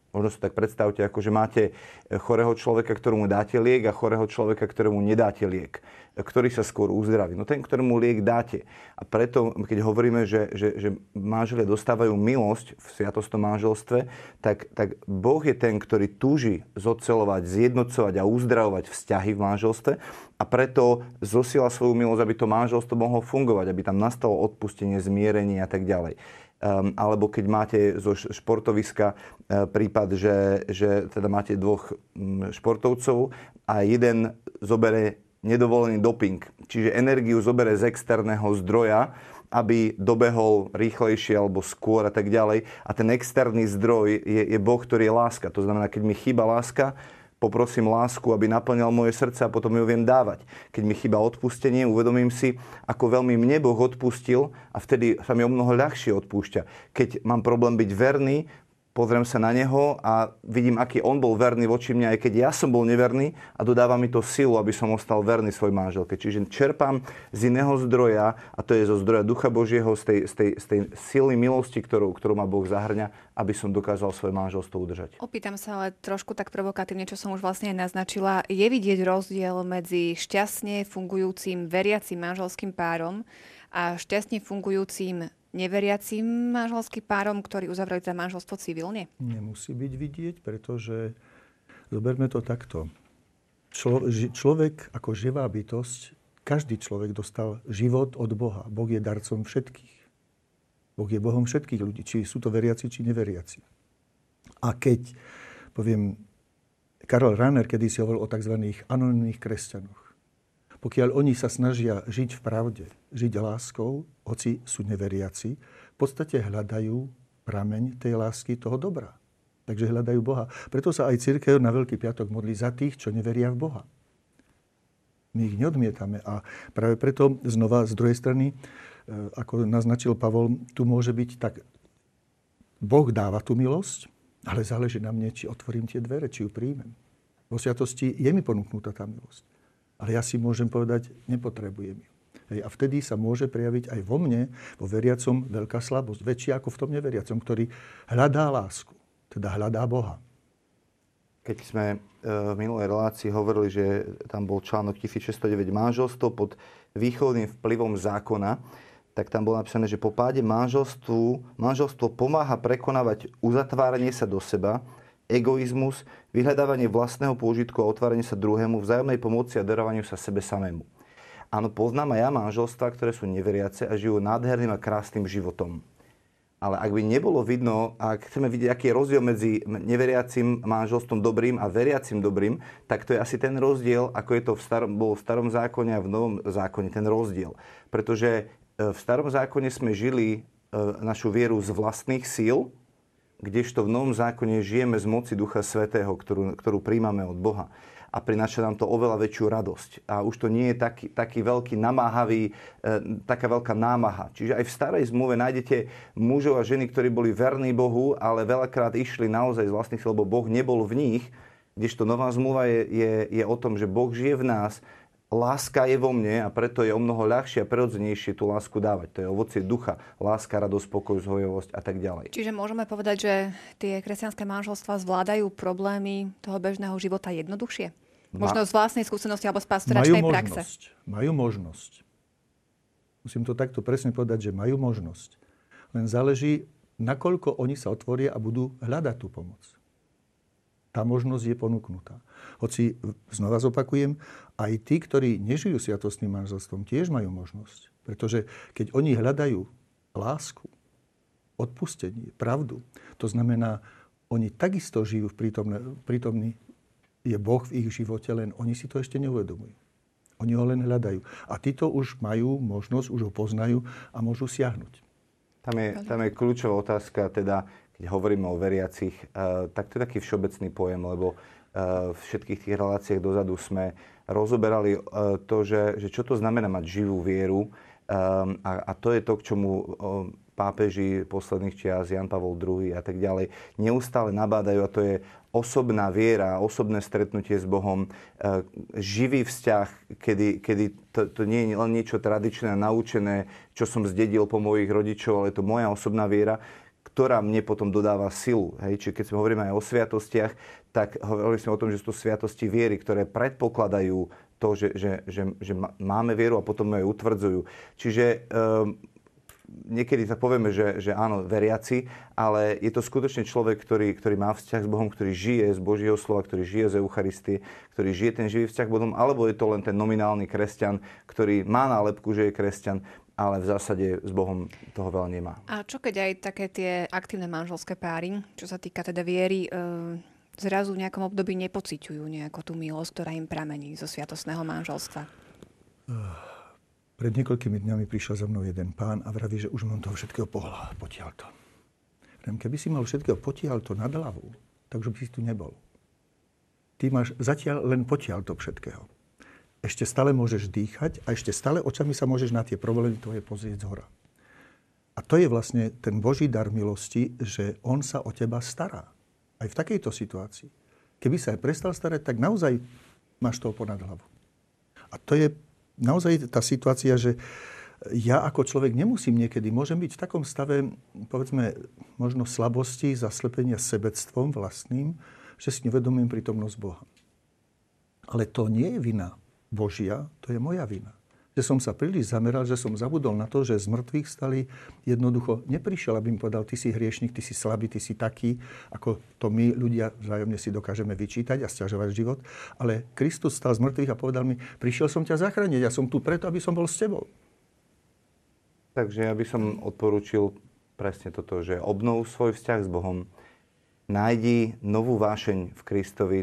Možno si tak predstavte, ako že máte chorého človeka, ktorému dáte liek a chorého človeka, ktorému nedáte liek. Ktorý sa skôr uzdraví? No ten, ktorému liek dáte. A preto, keď hovoríme, že, že, že manželia dostávajú milosť v sviatostnom manželstve, tak, tak Boh je ten, ktorý túži zocelovať, zjednocovať a uzdravovať vzťahy v manželstve a preto zosiela svoju milosť, aby to manželstvo mohlo fungovať, aby tam nastalo odpustenie, zmierenie a tak ďalej. Um, alebo keď máte zo športoviska uh, prípad, že, že teda máte dvoch um, športovcov a jeden zobere nedovolený doping, čiže energiu zobere z externého zdroja, aby dobehol rýchlejšie alebo skôr a tak ďalej. A ten externý zdroj je, je Boh, ktorý je láska. To znamená, keď mi chýba láska, poprosím lásku, aby naplňal moje srdce a potom ju viem dávať. Keď mi chýba odpustenie, uvedomím si, ako veľmi mne Boh odpustil a vtedy sa mi o mnoho ľahšie odpúšťa. Keď mám problém byť verný, pozriem sa na neho a vidím, aký on bol verný voči mňa, aj keď ja som bol neverný a dodáva mi to silu, aby som ostal verný svojej manželke. Čiže čerpám z iného zdroja a to je zo zdroja Ducha Božieho, z tej, z tej, z tej sily milosti, ktorú, ktorú ma Boh zahrňa, aby som dokázal svoje manželstvo udržať.
Opýtam sa ale trošku tak provokatívne, čo som už vlastne naznačila. Je vidieť rozdiel medzi šťastne fungujúcim veriacim manželským párom a šťastne fungujúcim neveriacim manželským párom, ktorí uzavreli za manželstvo civilne?
Nemusí byť vidieť, pretože zoberme to takto. Člo, ži, človek ako živá bytosť, každý človek dostal život od Boha. Boh je darcom všetkých. Boh je Bohom všetkých ľudí, či sú to veriaci, či neveriaci. A keď, poviem, Karl Rahner kedysi hovoril o tzv. Anonymných kresťanoch. Pokiaľ oni sa snažia žiť v pravde, žiť láskou, hoci sú neveriaci, v podstate hľadajú prameň tej lásky, toho dobra. Takže hľadajú Boha. Preto sa aj cirkev na Veľký piatok modlí za tých, čo neveria v Boha. My ich neodmietame a práve preto znova z druhej strany, ako naznačil Pavol, tu môže byť tak, Boh dáva tú milosť, ale záleží na mne, či otvorím tie dvere, či ju príjmem. Vo sviatosti je mi ponúknutá tá milosť. Ale ja si môžem povedať, nepotrebujem ju. Hej, a vtedy sa môže prejaviť aj vo mne, vo veriacom, veľká slabosť. Väčšia ako v tom neveriacom, ktorý hľadá lásku. Teda hľadá Boha.
Keď sme v minulej relácii hovorili, že tam bol článok tisícšesťstodeväť manželstvo pod výchovným vplyvom zákona, tak tam bolo napísané, že po páde manželstvu, manželstvo pomáha prekonávať uzatváranie sa do seba, egoizmus, vyhľadávanie vlastného pôžitku a otváranie sa druhému, vzájomnej pomoci a darovaniu sa sebe samému. Áno, poznám aj ja manželstvá, ktoré sú neveriace a žijú nádherným a krásnym životom. Ale ak by nebolo vidno, ak chceme vidieť, aký je rozdiel medzi neveriacim manželstvom dobrým a veriacim dobrým, tak to je asi ten rozdiel, ako je to v starom, bolo v starom zákone a v novom zákone, ten rozdiel. Pretože v starom zákone sme žili našu vieru z vlastných síl, kdežto v Novom zákone žijeme z moci Ducha Svätého, ktorú, ktorú príjmame od Boha. A prináša nám to oveľa väčšiu radosť. A už to nie je taký, taký veľký namáhavý, e, taká veľká námaha. Čiže aj v starej zmluve nájdete mužov a ženy, ktorí boli verní Bohu, ale veľakrát išli naozaj z vlastných síl, lebo Boh nebol v nich. Kdežto nová zmluva je, je, je o tom, že Boh žije v nás, láska je vo mne a preto je o mnoho ľahšie a prirodzenejšie tú lásku dávať. To je ovocie ducha. Láska, radosť, pokoj, zhojovosť a tak ďalej.
Čiže môžeme povedať, že tie kresťanské manželstvá zvládajú problémy toho bežného života jednoduchšie? Možno z vlastnej skúsenosti alebo z pastoračnej praxe?
Majú možnosť. Musím to takto presne povedať, že majú možnosť. Len záleží, nakoľko oni sa otvoria a budú hľadať tú pomoc. Tá možnosť je ponúknutá. Hoci, znova zopakujem, aj tí, ktorí nežijú sviatostným manželstvom, tiež majú možnosť. Pretože keď oni hľadajú lásku, odpustenie, pravdu, to znamená, oni takisto žijú v prítomne, prítomný je Boh v ich živote, len oni si to ešte neuvedomujú. Oni ho len hľadajú. A títo už majú možnosť, už ho poznajú a môžu siahnuť.
Tam je, tam je kľúčová otázka, teda keď hovoríme o veriacich, uh, tak to je taký všeobecný pojem, lebo uh, v všetkých tých reláciách dozadu sme rozoberali uh, to, že, že čo to znamená mať živú vieru. Um, a, a to je to, k čomu um, pápeži posledných čias, Jan Pavol druhý a tak ďalej, neustále nabádajú, a to je osobná viera, osobné stretnutie s Bohom, uh, živý vzťah, kedy, kedy to, to nie je len niečo tradičné a naučené, čo som zdedil po mojich rodičov, ale je to moja osobná viera, ktorá mne potom dodáva silu. Hej? Čiže keď sme hovoríme aj o sviatostiach, tak hovorili sme o tom, že sú to sviatosti viery, ktoré predpokladajú to, že, že, že, že máme vieru a potom ju utvrdzujú. Čiže um, niekedy tak povieme, že, že áno, veriaci, ale je to skutočne človek, ktorý, ktorý má vzťah s Bohom, ktorý žije z Božieho slova, ktorý žije z Eucharistie, ktorý žije ten živý vzťah s Bohom, alebo je to len ten nominálny kresťan, ktorý má nálepku, že je kresťan, ale v zásade s Bohom toho veľa nemá.
A čo keď aj také tie aktívne manželské páry, čo sa týka teda viery, e, zrazu v nejakom období nepociťujú nejakú tú milosť, ktorá im pramení zo sviatostného manželstva?
Uh. Pred niekoľkými dňami prišiel za mnou jeden pán a vraví, že už mám toho všetkého pohľa, potiaľ to. Keby si mal všetkého potiaľ to nad hlavu, takže by si tu nebol. Ty máš zatiaľ len potiaľ to všetkého. Ešte stále môžeš dýchať a ešte stále očami sa môžeš na tie problémy tvoje pozrieť zhora. A to je vlastne ten Boží dar milosti, že on sa o teba stará. Aj v takejto situácii. Keby sa aj prestal starať, tak naozaj máš toho ponad hlavu. A to je naozaj tá situácia, že ja ako človek nemusím niekedy, môžem byť v takom stave, povedzme, možno slabosti, zaslepenia sebectvom vlastným, že si nevedomím prítomnosť Boha. Ale to nie je vina Božia, to je moja vina. Že som sa príliš zameral, že som zabudol na to, že z mŕtvych stali jednoducho neprišiel, aby mi povedal, ty si hriešnik, ty si slabý, ty si taký, ako to my ľudia vzájomne si dokážeme vyčítať a sťažovať život. Ale Kristus stal z mŕtvych a povedal mi, prišiel som ťa zachrániť, ja som tu preto, aby som bol s tebou.
Takže ja by som odporúčil presne toto, že obnov svoj vzťah s Bohom, nájdi novú vášeň v Kristovi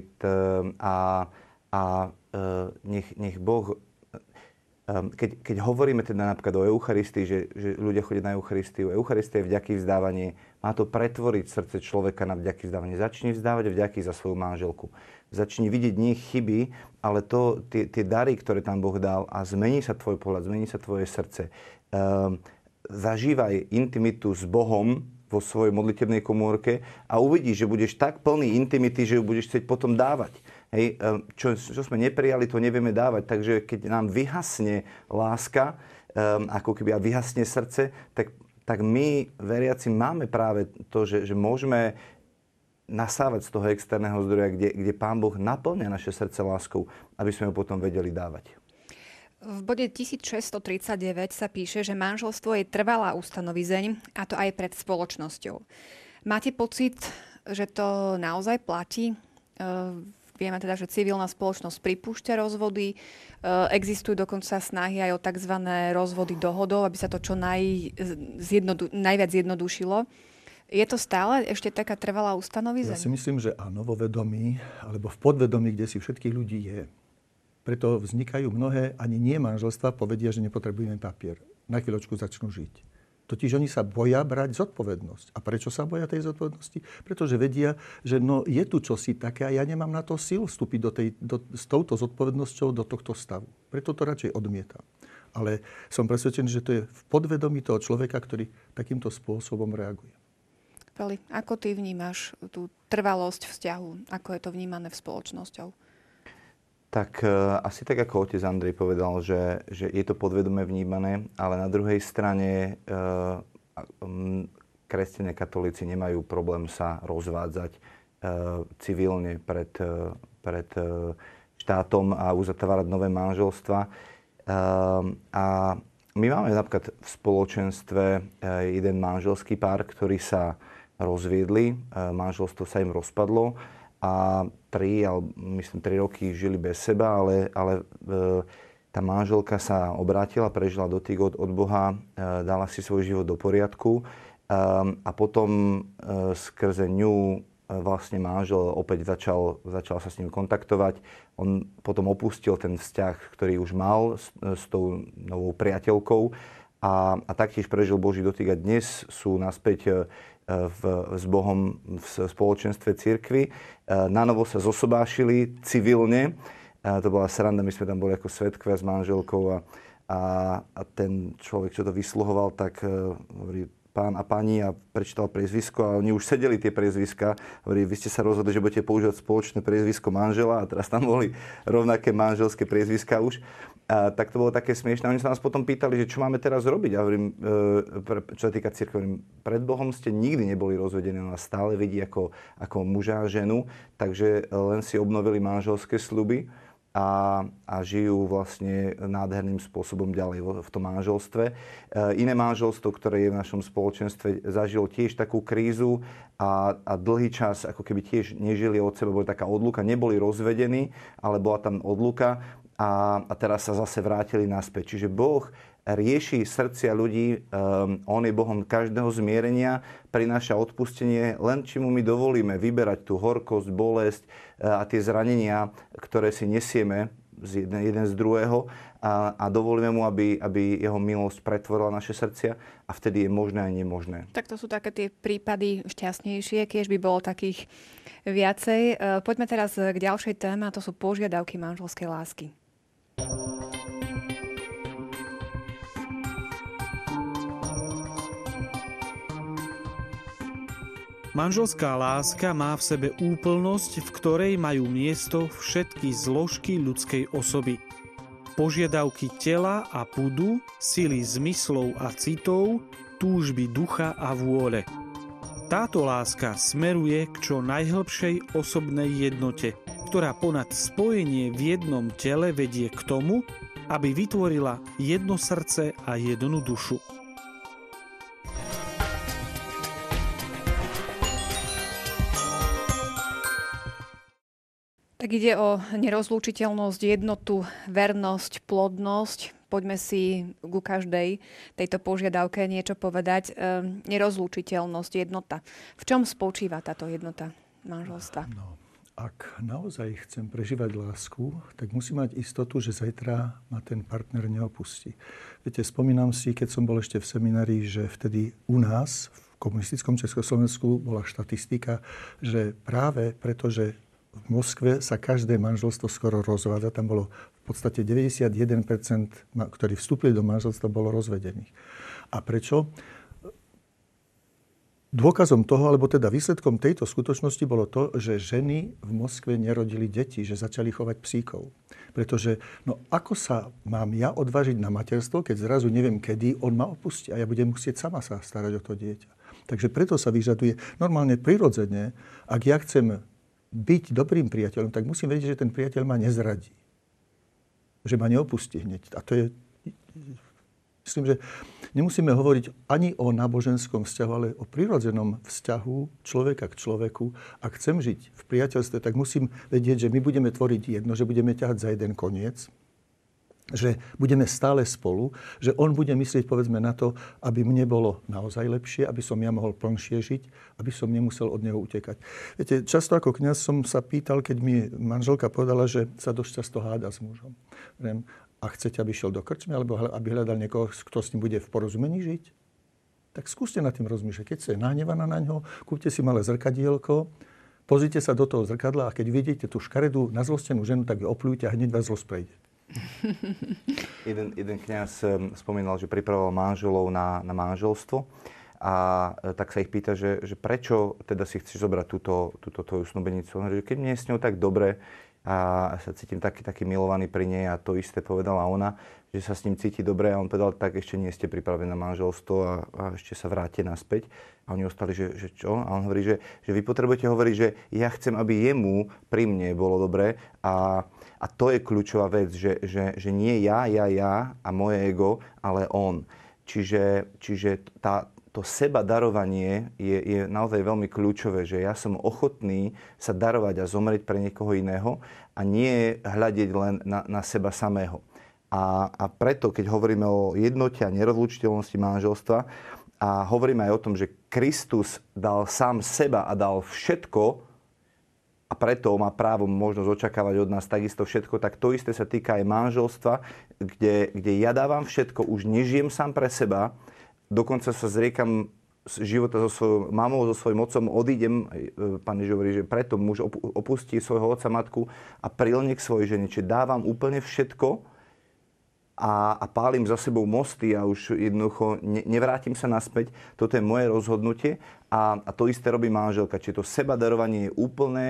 a, a nech, nech Boh... Keď, keď hovoríme teda napríklad o Eucharistii, že, že ľudia chodia na Eucharistiu, Eucharistia je vďaky vzdávanie, má to pretvoriť srdce človeka na vďaky vzdávanie. Začni vzdávať vďaky za svoju manželku. Začni vidieť nie chyby, ale to, tie, tie dary, ktoré tam Boh dal a zmení sa tvoj pohľad, zmení sa tvoje srdce. Um, zažívaj intimitu s Bohom vo svojej modlitebnej komórke a uvidíš, že budeš tak plný intimity, že ju budeš chcieť potom dávať. Hej, čo, čo sme neprijali, to nevieme dávať. Takže keď nám vyhasne láska, um, ako keby a vyhasne srdce, tak, tak my, veriaci, máme práve to, že, že môžeme nasávať z toho externého zdroja, kde, kde Pán Boh naplňa naše srdce láskou, aby sme ho potom vedeli dávať.
V bode tisícšesťstotridsaťdeväť sa píše, že manželstvo je trvalá ustanovizeň, a to aj pred spoločnosťou. Máte pocit, že to naozaj platí? Vieme teda, že civilná spoločnosť pripúšťa rozvody. Existujú dokonca snahy aj o tzv. Rozvody dohodou, aby sa to čo naj, zjednodu, najviac zjednodušilo. Je to stále ešte taká trvalá ustanovizeň?
Ja si myslím, že áno, vo vedomí, alebo v podvedomí, kde si všetkých ľudí je. Preto vznikajú mnohé, ani nie manželstva, povedia, že nepotrebujeme papier. Na chvíľočku začnú žiť. Totiž oni sa boja brať zodpovednosť. A prečo sa boja tej zodpovednosti? Pretože vedia, že no, je tu čosi také a ja nemám na to síl vstúpiť do tej, do, s touto zodpovednosťou do tohto stavu. Preto to radšej odmietam. Ale som presvedčený, že to je v podvedomí toho človeka, ktorý takýmto spôsobom reaguje.
Peli, ako ty vnímaš tú trvalosť vzťahu? Ako je to vnímané v spoločnosťou?
Tak uh, asi tak, ako otec Andrej povedal, že, že je to podvedome vnímané, ale na druhej strane uh, um, kresťania katolíci nemajú problém sa rozvádzať uh, civilne pred, uh, pred uh, štátom a uzatvárať nové manželstva. Uh, a my máme napríklad v spoločenstve uh, jeden manželský pár, ktorý sa rozviedli, uh, manželstvo sa im rozpadlo a tri, ale myslím, tri roky žili bez seba, ale, ale e, tá manželka sa obrátila, prežila dotyk od, od Boha, e, dala si svoj život do poriadku e, a potom e, skrze ňu e, vlastne manžel opäť začal, začal sa s ním kontaktovať. On potom opustil ten vzťah, ktorý už mal s, s tou novou priateľkou a, a taktiež prežil Boží dotyk a dnes sú naspäť e, V, s Bohom v spoločenstve cirkvi. Na novo sa zosobášili civilne. To bola sranda, my sme tam boli ako svedkovia s manželkou a, a, a ten človek, čo to vysluhoval, tak hovorí pán a pani a prečítal priezvisko a oni už sedeli tie priezviska. Hovorí, vy ste sa rozhodli, že budete používať spoločné priezvisko manžela a teraz tam boli rovnaké manželské priezviska už. A tak to bolo také smiešné. Oni sa nás potom pýtali, že čo máme teraz robiť. A hovorím, e, čo sa týka cirkvi, pred Bohom ste nikdy neboli rozvedení, nás stále vidí ako, ako muža a ženu, takže len si obnovili manželské sľuby a, a žijú vlastne nádherným spôsobom ďalej v, v tom manželstve. E, iné manželstvo, ktoré je v našom spoločenstve, zažilo tiež takú krízu a, a dlhý čas ako keby tiež nežili od seba, bola taká odluka, neboli rozvedení, ale bola tam odluka. A, a teraz sa zase vrátili naspäť. Čiže Boh rieši srdcia ľudí, um, on je Bohom každého zmierenia, prináša odpustenie, len či mu my dovolíme vyberať tú horkosť, bolesť uh, a tie zranenia, ktoré si nesieme z jeden, jeden z druhého a, a dovolíme mu, aby, aby jeho milosť pretvorila naše srdcia a vtedy je možné a nemožné.
Tak to sú také tie prípady šťastnejšie, keď by bolo takých viacej. Uh, poďme teraz k ďalšej téme, a to sú požiadavky manželskej lásky.
Manželská láska má v sebe úplnosť, v ktorej majú miesto všetky zložky ľudskej osoby. Požiadavky tela a pudu, sily zmyslov a citov, túžby ducha a vôle. Táto láska smeruje k čo najhlbšej osobnej jednote, ktorá ponad spojenie v jednom tele vedie k tomu, aby vytvorila jedno srdce a jednu dušu.
Tak ide o nerozlúčiteľnosť, jednotu, vernosť, plodnosť. Poďme si ku každej tejto požiadavke niečo povedať. E, nerozlúčiteľnosť, jednota. V čom spočíva táto jednota manželstva?
No, ak naozaj chcem prežívať lásku, tak musím mať istotu, že zajtra ma ten partner neopustí. Viete, spomínam si, keď som bol ešte v seminári, že vtedy u nás v komunistickom Československu bola štatistika, že práve preto, že v Moskve sa každé manželstvo skoro rozvádza. Tam bolo v podstate deväťdesiatjeden percent, ktorí vstúpili do manželstva, bolo rozvedených. A prečo? Dôkazom toho, alebo teda výsledkom tejto skutočnosti bolo to, že ženy v Moskve nerodili deti, že začali chovať psíkov. Pretože, no ako sa mám ja odvážiť na materstvo, keď zrazu neviem kedy, on ma opustí a ja budem musieť sama sa starať o to dieťa. Takže preto sa vyžaduje normálne prirodzene, ak ja chcem byť dobrým priateľom, tak musím vedieť, že ten priateľ ma nezradí. Že ma neopustí hneď. A to je... Myslím, že nemusíme hovoriť ani o náboženskom vzťahu, ale o prirodzenom vzťahu človeka k človeku. Ak chcem žiť v priateľstve, tak musím vedieť, že my budeme tvoriť jedno, že budeme ťahať za jeden koniec, že budeme stále spolu, že on bude myslieť, povedzme, na to, aby mne bolo naozaj lepšie, aby som ja mohol plnšie žiť, aby som nemusel od neho utekať. Viete, často ako kňaz som sa pýtal, keď mi manželka povedala, že sa dosť často háda s mužom. A chcete, aby šiel do krčmy, alebo aby hľadal niekoho, kto s ním bude v porozumení žiť? Tak skúste nad tým rozmýšľať. Keď ste nahnevaná na ňo, kúpte si malé zrkadielko, pozrite sa do toho zrkadla a keď vidíte tú škaredú, nazlostenú ženu, tak ju opľujte a hneď vás zlosť prejde.
jeden, jeden kňaz spomínal, že pripravoval manželov na, na manželstvo a tak sa ich pýta, že, že prečo teda si chceš zobrať túto, túto tvoju snúbenicu. On hovorí, že keď mne je s ňou tak dobre a sa cítim taký, taký milovaný pri nej a to isté povedala ona, že sa s ním cíti dobre a on povedal, tak ešte nie ste pripravení na manželstvo a, a ešte sa vráte naspäť. A oni ostali, že, že čo? A on hovorí, že, že vy potrebujete hovoriť, že ja chcem, aby jemu pri mne bolo dobre a A to je kľúčová vec, že, že, že nie ja, ja, ja a moje ego, ale on. Čiže, čiže tá, to seba darovanie je, je naozaj veľmi kľúčové, že ja som ochotný sa darovať a zomrieť pre niekoho iného a nie hľadiť len na, na seba samého. A, a preto, keď hovoríme o jednote a nerozlučiteľnosti manželstva a hovoríme aj o tom, že Kristus dal sám seba a dal všetko, a preto má právo možnosť očakávať od nás takisto všetko, tak to isté sa týka aj manželstva, kde, kde ja dávam všetko, už nežijem sám pre seba, dokonca sa zriekam života so svojou mamou, so svojím otcom, odídem, pán Ježiš hovorí, že preto muž opustí svojho otca, matku a prilne k svojej žene, čiže dávam úplne všetko a, a pálim za sebou mosty a už jednoducho ne, nevrátim sa naspäť. Toto je moje rozhodnutie a, a to isté robí manželka. Čiže to sebadarovanie je úplné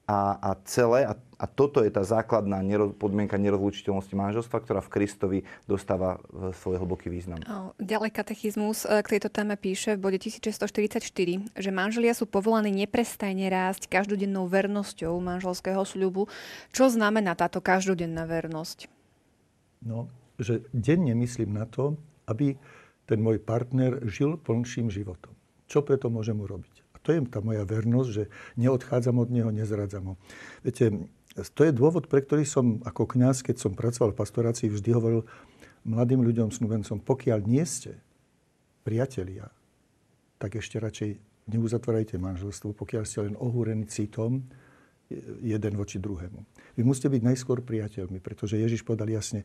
a, a celé. A, a toto je tá základná nero, podmienka nerozlučiteľnosti manželstva, ktorá v Kristovi dostáva svoj hlboký význam.
Ďalej katechizmus k tejto téme píše v bode tisícšesťstoštyridsaťštyri, že manželia sú povolaní neprestajne rásť každodennou vernosťou manželského sľubu. Čo znamená táto každodenná vernosť?
No, že denne myslím na to, aby ten môj partner žil plnším životom. Čo preto môžem urobiť? A to je tá moja vernosť, že neodchádzam od neho, nezradzam ho. Viete, to je dôvod, pre ktorý som ako kňaz, keď som pracoval v pastorácii, vždy hovoril mladým ľuďom, snúbencom, pokiaľ nie ste priatelia, tak ešte radšej neuzatvorajte manželstvo, pokiaľ ste len ohúrení citom jeden voči druhému. Vy musíte byť najskôr priateľmi, pretože Ježiš povedal jasne,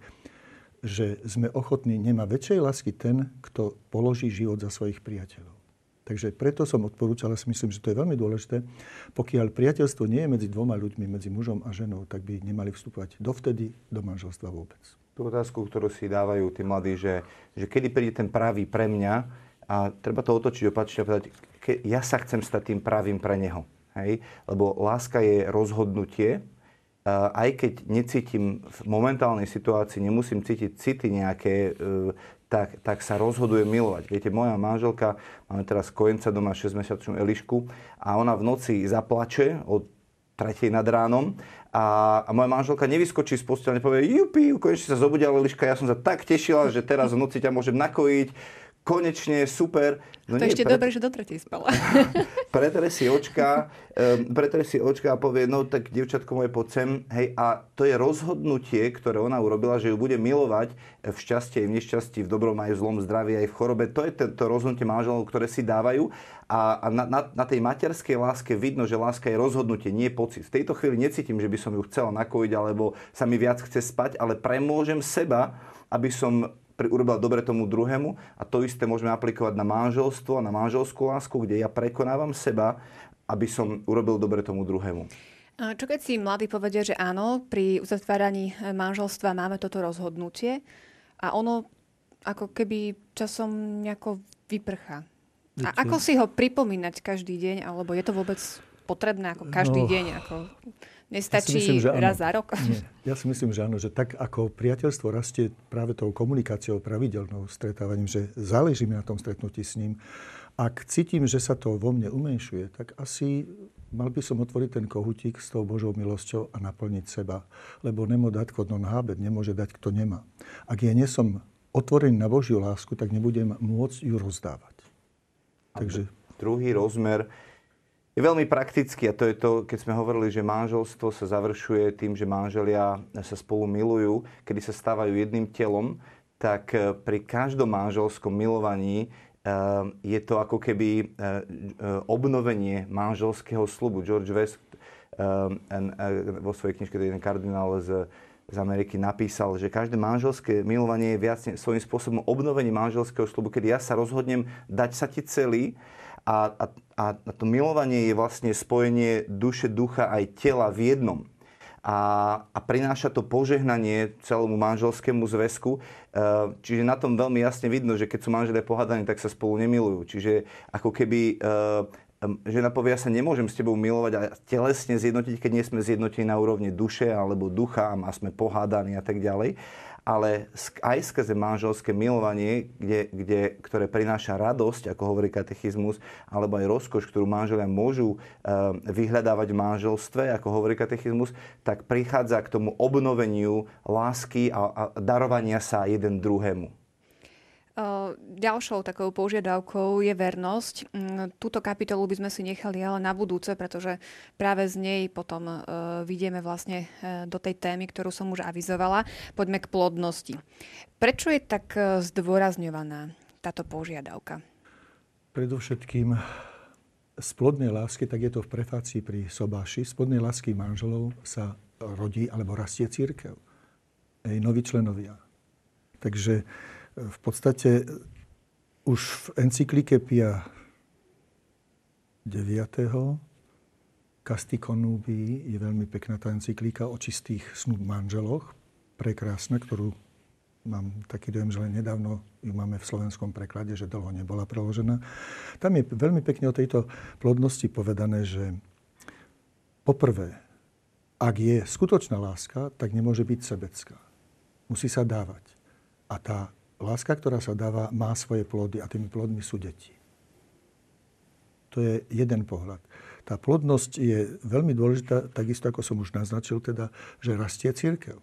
že sme ochotní, nemá väčšej lásky ten, kto položí život za svojich priateľov. Takže preto som odporúčal, a si myslím, že to je veľmi dôležité, pokiaľ priateľstvo nie je medzi dvoma ľuďmi, medzi mužom a ženou, tak by nemali vstupovať dovtedy do manželstva vôbec.
Tú otázku, ktorú si dávajú tí mladí, že, že kedy príde ten pravý pre mňa, a treba to otočiť opačne a povedať, ke, ja sa chcem stať tým pravým pre neho. Hej? Lebo láska je rozhodnutie, Uh, aj keď necítim v momentálnej situácii, nemusím cítiť city nejaké, uh, tak, tak sa rozhodujem milovať. Viete, moja manželka, máme teraz kojenca doma, šesťmesačnú Elišku, a ona v noci zaplače od tretej nad ránom a, a moja manželka nevyskočí z postele a nepovie, jupi, konečne sa zobudila Eliška, ja som sa tak tešila, že teraz v noci ťa môžem nakojiť, konečne, super.
No to nie, ešte pre... dobre, že do tretej spala.
Pretre si očka, um, pretre si očka a povie, no tak dievčatko moje, poď sem. Hej, a to je rozhodnutie, ktoré ona urobila, že ju bude milovať v šťastí, v nešťastí, v dobrom aj v zlom, zdraví aj v chorobe. To je to rozhodnutie manželov, ktoré si dávajú. A, a na, na, na tej materskej láske vidno, že láska je rozhodnutie, nie pocit. V tejto chvíli necítim, že by som ju chcela nakojiť, alebo sa mi viac chce spať, ale premôžem seba, aby som urobil dobre tomu druhému, a to isté môžeme aplikovať na manželstvo, na manželskú lásku, kde ja prekonávam seba, aby som urobil dobre tomu druhému.
Čo keď si mladí povedia, že áno, pri uzatváraní manželstva máme toto rozhodnutie a ono ako keby časom nejako vyprchá. A ako si ho pripomínať každý deň, alebo je to vôbec potrebné ako každý no, deň? Ako nestačí ja myslím, raz za rok?
Nie. Ja si myslím, že áno, že tak ako priateľstvo rastie práve tou komunikáciou, pravidelnou stretávaním, že záleží mi na tom stretnutí s ním. Ak cítim, že sa to vo mne umenšuje, tak asi mal by som otvoriť ten kohutík s tou Božou milosťou a naplniť seba. Lebo nemo dať, kto non habet, nemôže dať, kto nemá. Ak ja nie som otvorený na Božiu lásku, tak nebudem môcť ju rozdávať. Takže
druhý rozmer je veľmi praktický, a to je to, keď sme hovorili, že manželstvo sa završuje tým, že manželia sa spolu milujú, kedy sa stávajú jedným telom, tak pri každom manželskom milovaní je to ako keby obnovenie manželského sľubu. George West vo svojej knižke, to je jeden kardinál z, z Ameriky, napísal, že každé manželské milovanie je viac svojím spôsobom obnovenie manželského sľubu, kedy ja sa rozhodnem dať sa ti celý. A, a, a to milovanie je vlastne spojenie duše, ducha aj tela v jednom. A, a prináša to požehnanie celému manželskému zväzku. Čiže na tom veľmi jasne vidno, že keď sú manželia pohádaní, tak sa spolu nemilujú. Čiže ako keby žena povie, ja sa nemôžem s tebou milovať a telesne zjednotiť, keď nie sme zjednotení na úrovni duše alebo ducha a sme pohádaní a tak ďalej. Ale aj skrze manželské milovanie, kde, kde, ktoré prináša radosť, ako hovorí katechizmus, alebo aj rozkoš, ktorú manželia môžu e, vyhľadávať v manželstve, ako hovorí katechizmus, tak prichádza k tomu obnoveniu lásky a, a darovania sa jeden druhému.
Ďalšou takou požiadavkou je vernosť. Túto kapitolu by sme si nechali ale na budúce, pretože práve z nej potom vyjdeme vlastne do tej témy, ktorú som už avizovala. Poďme k plodnosti. Prečo je tak zdôrazňovaná táto požiadavka?
Predovšetkým z plodnej lásky, tak je to v prefácii pri Sobáši, z plodnej lásky manželov sa rodí alebo rastie cirkev. Ej, noví členovia. Takže v podstate už v encyklike Pia deviateho Casti Connubii je veľmi pekná tá encyklika o čistých snub manželoch, prekrásna, ktorú mám taký dojem, že len nedávno ju máme v slovenskom preklade, že dlho nebola preložená. Tam je veľmi pekne o tejto plodnosti povedané, že poprvé Ak je skutočná láska, tak nemôže byť sebecká. Musí sa dávať. A tá láska, ktorá sa dáva, má svoje plody a tými plodmi sú deti. To je jeden pohľad. Tá plodnosť je veľmi dôležitá, takisto ako som už naznačil, teda, že rastie cirkev.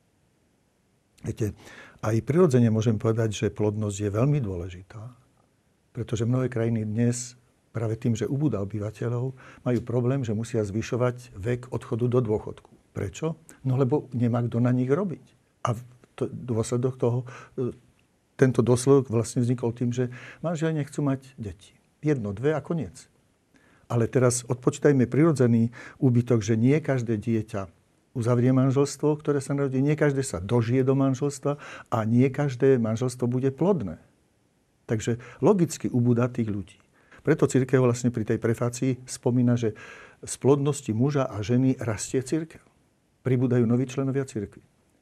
Viete, aj prirodzene môžem povedať, že plodnosť je veľmi dôležitá, pretože mnohé krajiny dnes práve tým, že ubúda obyvateľov, majú problém, že musia zvyšovať vek odchodu do dôchodku. Prečo? No lebo nemá kto na nich robiť. A to, dôsledok toho, tento dôsledok vlastne vznikol tým, že manželia nechcú mať deti. Jedno, dve a koniec. Ale teraz odpočítajme prirodzený úbytok, že nie každé dieťa uzavrie manželstvo, ktoré sa narodí, nie každé sa dožije do manželstva a nie každé manželstvo bude plodné. Takže logicky ubúda tých ľudí. Preto cirkev vlastne pri tej prefácii spomína, že z plodnosti muža a ženy rastie cirkev. Pribúdajú noví členovia cirkvi.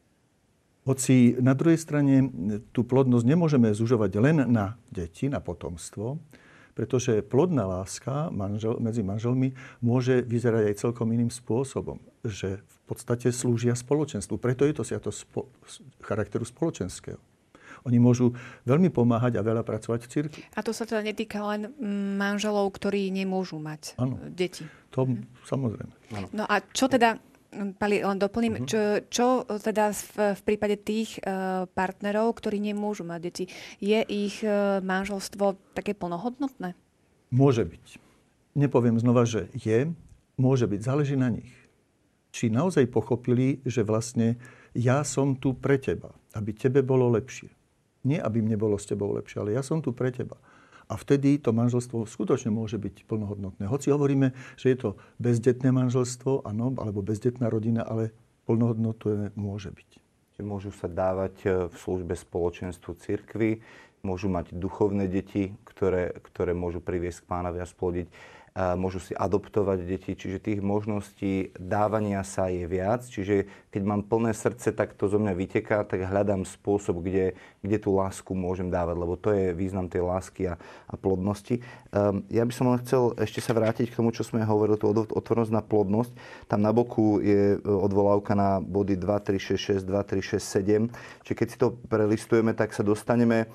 Hoci na druhej strane tú plodnosť nemôžeme zužovať len na deti, na potomstvo, pretože plodná láska manžel, medzi manželmi môže vyzerať aj celkom iným spôsobom, že v podstate slúžia spoločenstvu. Preto je to sviatosť spo, charakteru spoločenského. Oni môžu veľmi pomáhať a veľa pracovať v cirkvi.
A to sa teda netýka len manželov, ktorí nemôžu mať ano, deti.
To hm. samozrejme. Ano.
No a čo teda, Pali, len doplním, uh-huh. čo, čo teda v, v prípade tých uh, partnerov, ktorí nemôžu mať deti, je ich uh, manželstvo také plnohodnotné?
Môže byť. Nepoviem znova, že je. Môže byť. Záleží na nich. Či naozaj pochopili, že vlastne ja som tu pre teba, aby tebe bolo lepšie. Nie, aby mne bolo s tebou lepšie, ale ja som tu pre teba. A vtedy to manželstvo skutočne môže byť plnohodnotné. Hoci hovoríme, že je to bezdetné manželstvo, áno, alebo bezdetná rodina, ale plnohodnotné môže byť.
Môžu sa dávať v službe spoločenstvu cirkvi, môžu mať duchovné deti, ktoré, ktoré môžu priviesť k Pánovi a splodiť. Môžu si adoptovať deti, čiže tých možností dávania sa je viac. Čiže keď mám plné srdce, tak to zo mňa vyteká, tak hľadám spôsob, kde, kde tú lásku môžem dávať, lebo to je význam tej lásky a, a plodnosti. Um, ja by som len chcel ešte sa vrátiť k tomu, čo sme hovorili, tú otvorenosť na plodnosť. Tam na boku je odvolávka na body dva, tri, šesť, šesť, dva, tri, šesť, sedem. Čiže keď si to prelistujeme, tak sa dostaneme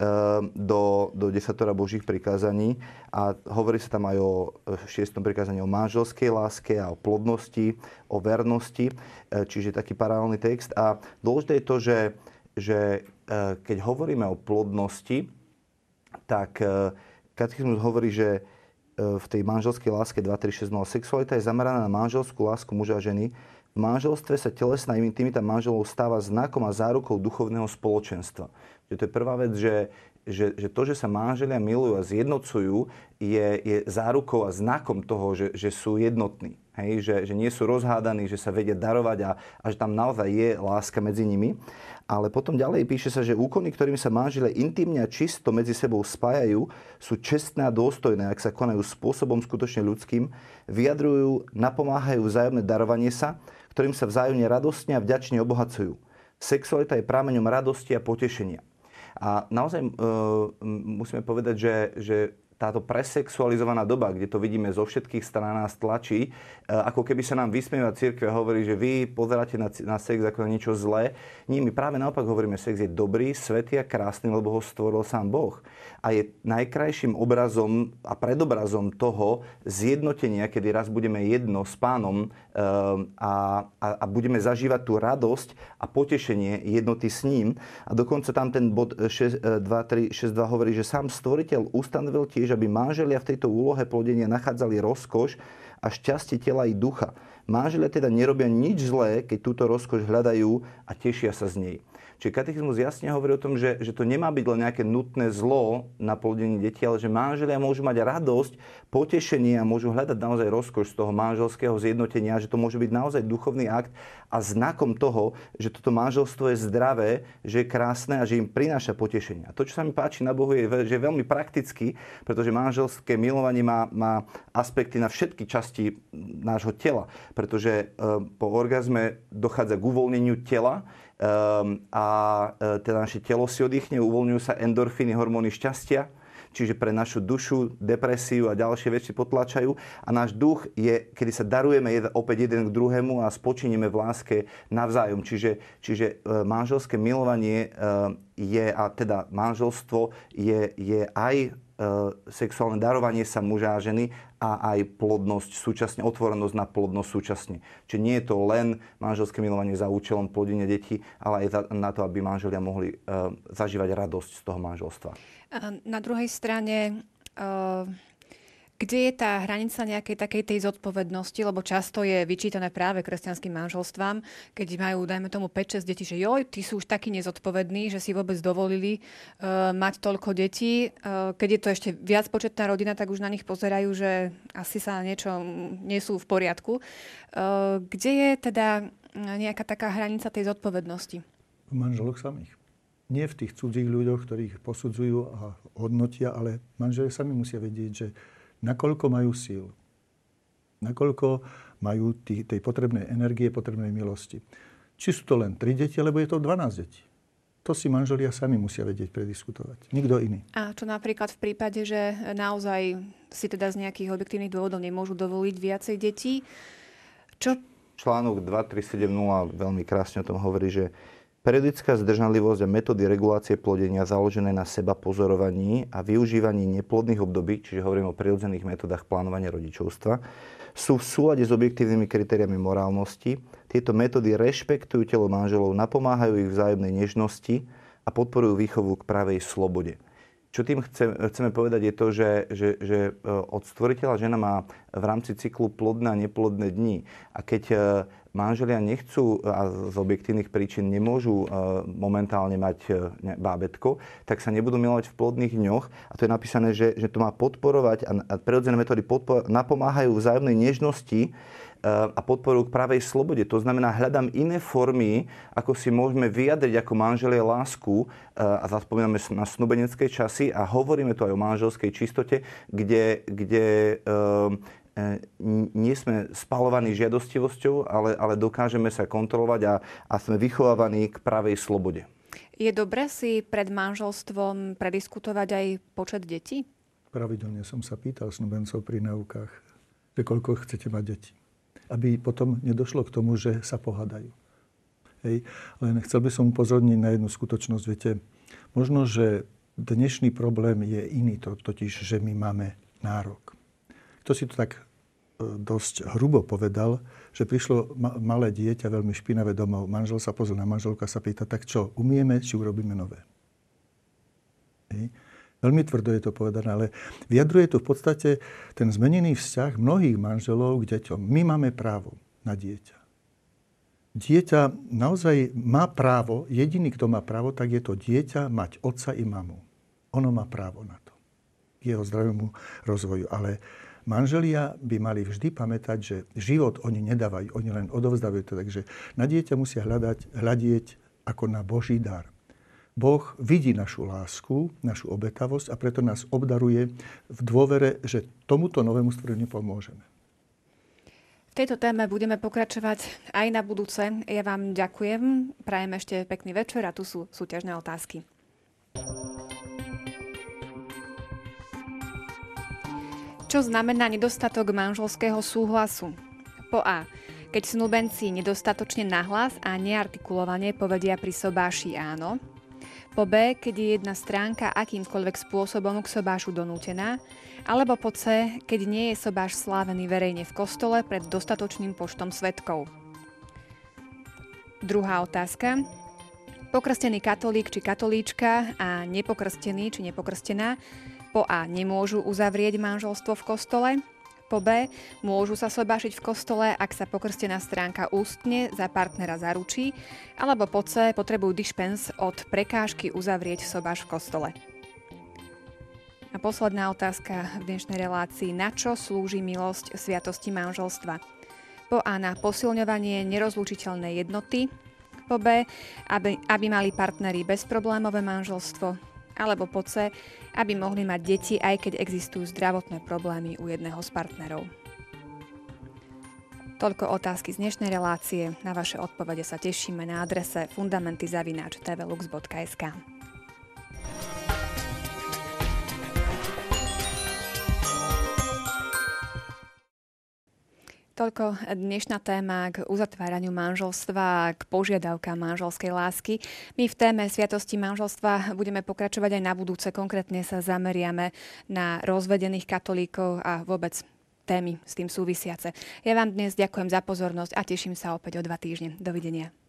do, do desatora Božích prikázaní a hovorí sa tam aj o šiestom prikázaní o manželskej láske a o plodnosti, o vernosti, čiže taký paralelný text. A dôležité je to, že, že keď hovoríme o plodnosti, tak katechizmus hovorí, že v tej manželskej láske dva, tri, šesť, nula sexualita je zameraná na manželskú lásku muža a ženy. V manželstve sa telesná intimita manželov stáva znakom a zárukou duchovného spoločenstva. Že to je prvá vec, že, že, že to, že sa manželia milujú a zjednocujú, je, je zárukou a znakom toho, že, že sú jednotní. Hej? Že, že nie sú rozhádaní, že sa vedia darovať a, a že tam naozaj je láska medzi nimi. Ale potom ďalej píše sa, že úkony, ktorými sa manželia intimne a čisto medzi sebou spájajú, sú čestné a dôstojné, ak sa konajú spôsobom skutočne ľudským, vyjadrujú, napomáhajú vzájomné darovanie sa, ktorým sa vzájomne radostne a vďačne obohacujú. Sexualita je prameňom radosti a potešenia. A naozaj e, musíme povedať, že, že táto presexualizovaná doba, kde to vidíme zo všetkých strán nás tlačí, e, ako keby sa nám vysmieva cirkev a hovorí, že vy pozeráte na, na sex ako na niečo zlé. Nie, my práve naopak hovoríme, sex je dobrý, svätý a krásny, lebo ho stvoril sám Boh. A je najkrajším obrazom a predobrazom toho zjednotenia, kedy raz budeme jedno s Pánom a, a, a budeme zažívať tú radosť a potešenie jednoty s ním. A dokonca tam ten bod dva, tri, šesť, dva hovorí, že sám stvoriteľ ustanovil tiež, aby manželia v tejto úlohe plodenia nachádzali rozkoš a šťastie tela i ducha. Manželia teda nerobia nič zlé, keď túto rozkoš hľadajú a tešia sa z nej. Čiže katechizmus jasne hovorí o tom, že, že to nemá byť len nejaké nutné zlo na plodenie detí, ale že manželia môžu mať radosť, potešenie a môžu hľadať naozaj rozkoš z toho manželského zjednotenia, že to môže byť naozaj duchovný akt a znakom toho, že toto manželstvo je zdravé, že je krásne a že im prináša potešenie. A to, čo sa mi páči na Bohu, je, že je veľmi praktický, pretože manželské milovanie má, má aspekty na všetky časti nášho tela, pretože e, po orgazme dochádza k uvoľneniu tela, Um, a uh, teda naše telo si oddychne, uvoľňujú sa endorfíny, hormóny šťastia. čiže pre našu dušu, depresiu a ďalšie veci potlačajú. A náš duch je, kedy sa darujeme jed, opäť jeden k druhému a spočineme v láske navzájom. Čiže, čiže manželské milovanie je, a teda manželstvo je, je aj sexuálne darovanie sa muža a ženy a aj plodnosť súčasne, otvorenosť na plodnosť súčasne. Čiže nie je to len manželské milovanie za účelom plodenia detí, ale aj na to, aby manželia mohli uh, zažívať radosť z toho manželstva.
Na druhej strane, uh, kde je tá hranica nejakej takej tej zodpovednosti, lebo často je vyčítané práve kresťanským manželstvám, keď majú, dajme tomu, päť šesť detí, že joj, tí sú už takí nezodpovední, že si vôbec dovolili uh, mať toľko detí. Uh, keď je to ešte viac početná rodina, tak už na nich pozerajú, že asi sa niečo nie sú v poriadku. Uh, kde je teda nejaká taká hranica tej zodpovednosti?
V manželoch samých. Nie v tých cudzích ľuďoch, ktorých posudzujú a hodnotia, ale manželia sami musia vedieť, že nakoľko majú síl, nakoľko majú tý, tej potrebnej energie, potrebnej milosti. Či sú to len tri deti, alebo je to dvanásť detí. To si manželia sami musia vedieť prediskutovať. Nikto iný.
A čo napríklad v prípade, že naozaj si teda z nejakých objektívnych dôvodov nemôžu dovoliť viacej detí? Čo?
Článok dva tri sedem nula veľmi krásne o tom hovorí, že periodická zdržanlivosť a metódy regulácie plodenia založené na seba pozorovaní a využívaní neplodných období, čiže hovorím o prirodzených metodách plánovania rodičovstva, sú v súlade s objektívnymi kritériami morálnosti. Tieto metódy rešpektujú telo manželov, napomáhajú ich vzájomnej nežnosti a podporujú výchovu k pravej slobode. Čo tým chceme povedať je to, že, že, že od stvoriteľa žena má v rámci cyklu plodné a neplodné dni. A keď manželia nechcú a z objektívnych príčin nemôžu momentálne mať bábätko, tak sa nebudú milovať v plodných dňoch. A to je napísané, že, že to má podporovať a prirodzené metódy podpor- napomáhajú vzájomnej nežnosti a podporujú k pravej slobode. To znamená, hľadám iné formy, ako si môžeme vyjadriť ako manželia lásku a zaspomíname na snúbenecké časy a hovoríme tu aj o manželskej čistote, kde, kde um, nie sme spalovaní žiadostivosťou, ale, ale dokážeme sa kontrolovať a, a sme vychovávaní k pravej slobode.
Je dobré si pred manželstvom prediskutovať aj počet detí?
Pravidelne som sa pýtal snúbencov pri náukách, že koľko chcete mať detí. Aby potom nedošlo k tomu, že sa pohádajú. Hej. Len chcel by som upozorniť na jednu skutočnosť. Viete, možno, že dnešný problém je iný, to, totiž, že my máme nárok. Kto si to tak dosť hrubo povedal, že prišlo ma- malé dieťa, veľmi špinavé domov. Manžel sa pozrie na manželku a sa pýta, tak čo, umieme, či urobíme nové? Hej. Veľmi tvrdo je to povedané, ale vyjadruje to v podstate ten zmenený vzťah mnohých manželov k deťom. My máme právo na dieťa. Dieťa naozaj má právo, jediný, kto má právo, tak je to dieťa mať otca i mamu. Ono má právo na to. K jeho zdravému rozvoju. Ale manželia by mali vždy pamätať, že život oni nedávajú, oni len odovzdávajú to. Takže na dieťa musia hľadať, hľadieť ako na Boží dar. Boh vidí našu lásku, našu obetavosť a preto nás obdaruje v dôvere, že tomuto novému stvoreniu pomôžeme.
V tejto téme budeme pokračovať aj na budúce. Ja vám ďakujem. Prajem ešte pekný večer a tu sú súťažné otázky. Čo znamená nedostatok manželského súhlasu? Po A. Keď snúbenci nedostatočne nahlas a neartikulovane povedia pri sobáši áno. Po B, keď je jedna stránka akýmkoľvek spôsobom k sobášu donútená, alebo po C, keď nie je sobáš slávený verejne v kostole pred dostatočným počtom svedkov. Druhá otázka. Pokrstený katolík či katolíčka a nepokrstený či nepokrstená po A nemôžu uzavrieť manželstvo v kostole, po B môžu sa sobášiť v kostole, ak sa pokrstená stránka ústne za partnera zaručí, alebo po C potrebujú dišpens od prekážky uzavrieť sobáš v kostole. A posledná otázka v dnešnej relácii. Na čo slúži milosť sviatosti manželstva? Po A na posilňovanie nerozlúčiteľnej jednoty, po B, aby, aby mali partneri bezproblémové manželstvo, alebo po C, aby mohli mať deti, aj keď existujú zdravotné problémy u jedného z partnerov. Toľko otázky z dnešnej relácie. Na vaše odpovede sa tešíme na adrese fundamenty zavináč tvlux bodka es ká. Toľko dnešná téma k uzatváraniu manželstva, k požiadavkám manželskej lásky. My v téme Sviatosti manželstva budeme pokračovať aj na budúce. Konkrétne sa zameriame na rozvedených katolíkov a vôbec témy s tým súvisiace. Ja vám dnes ďakujem za pozornosť a teším sa opäť o dva týždne. Dovidenia.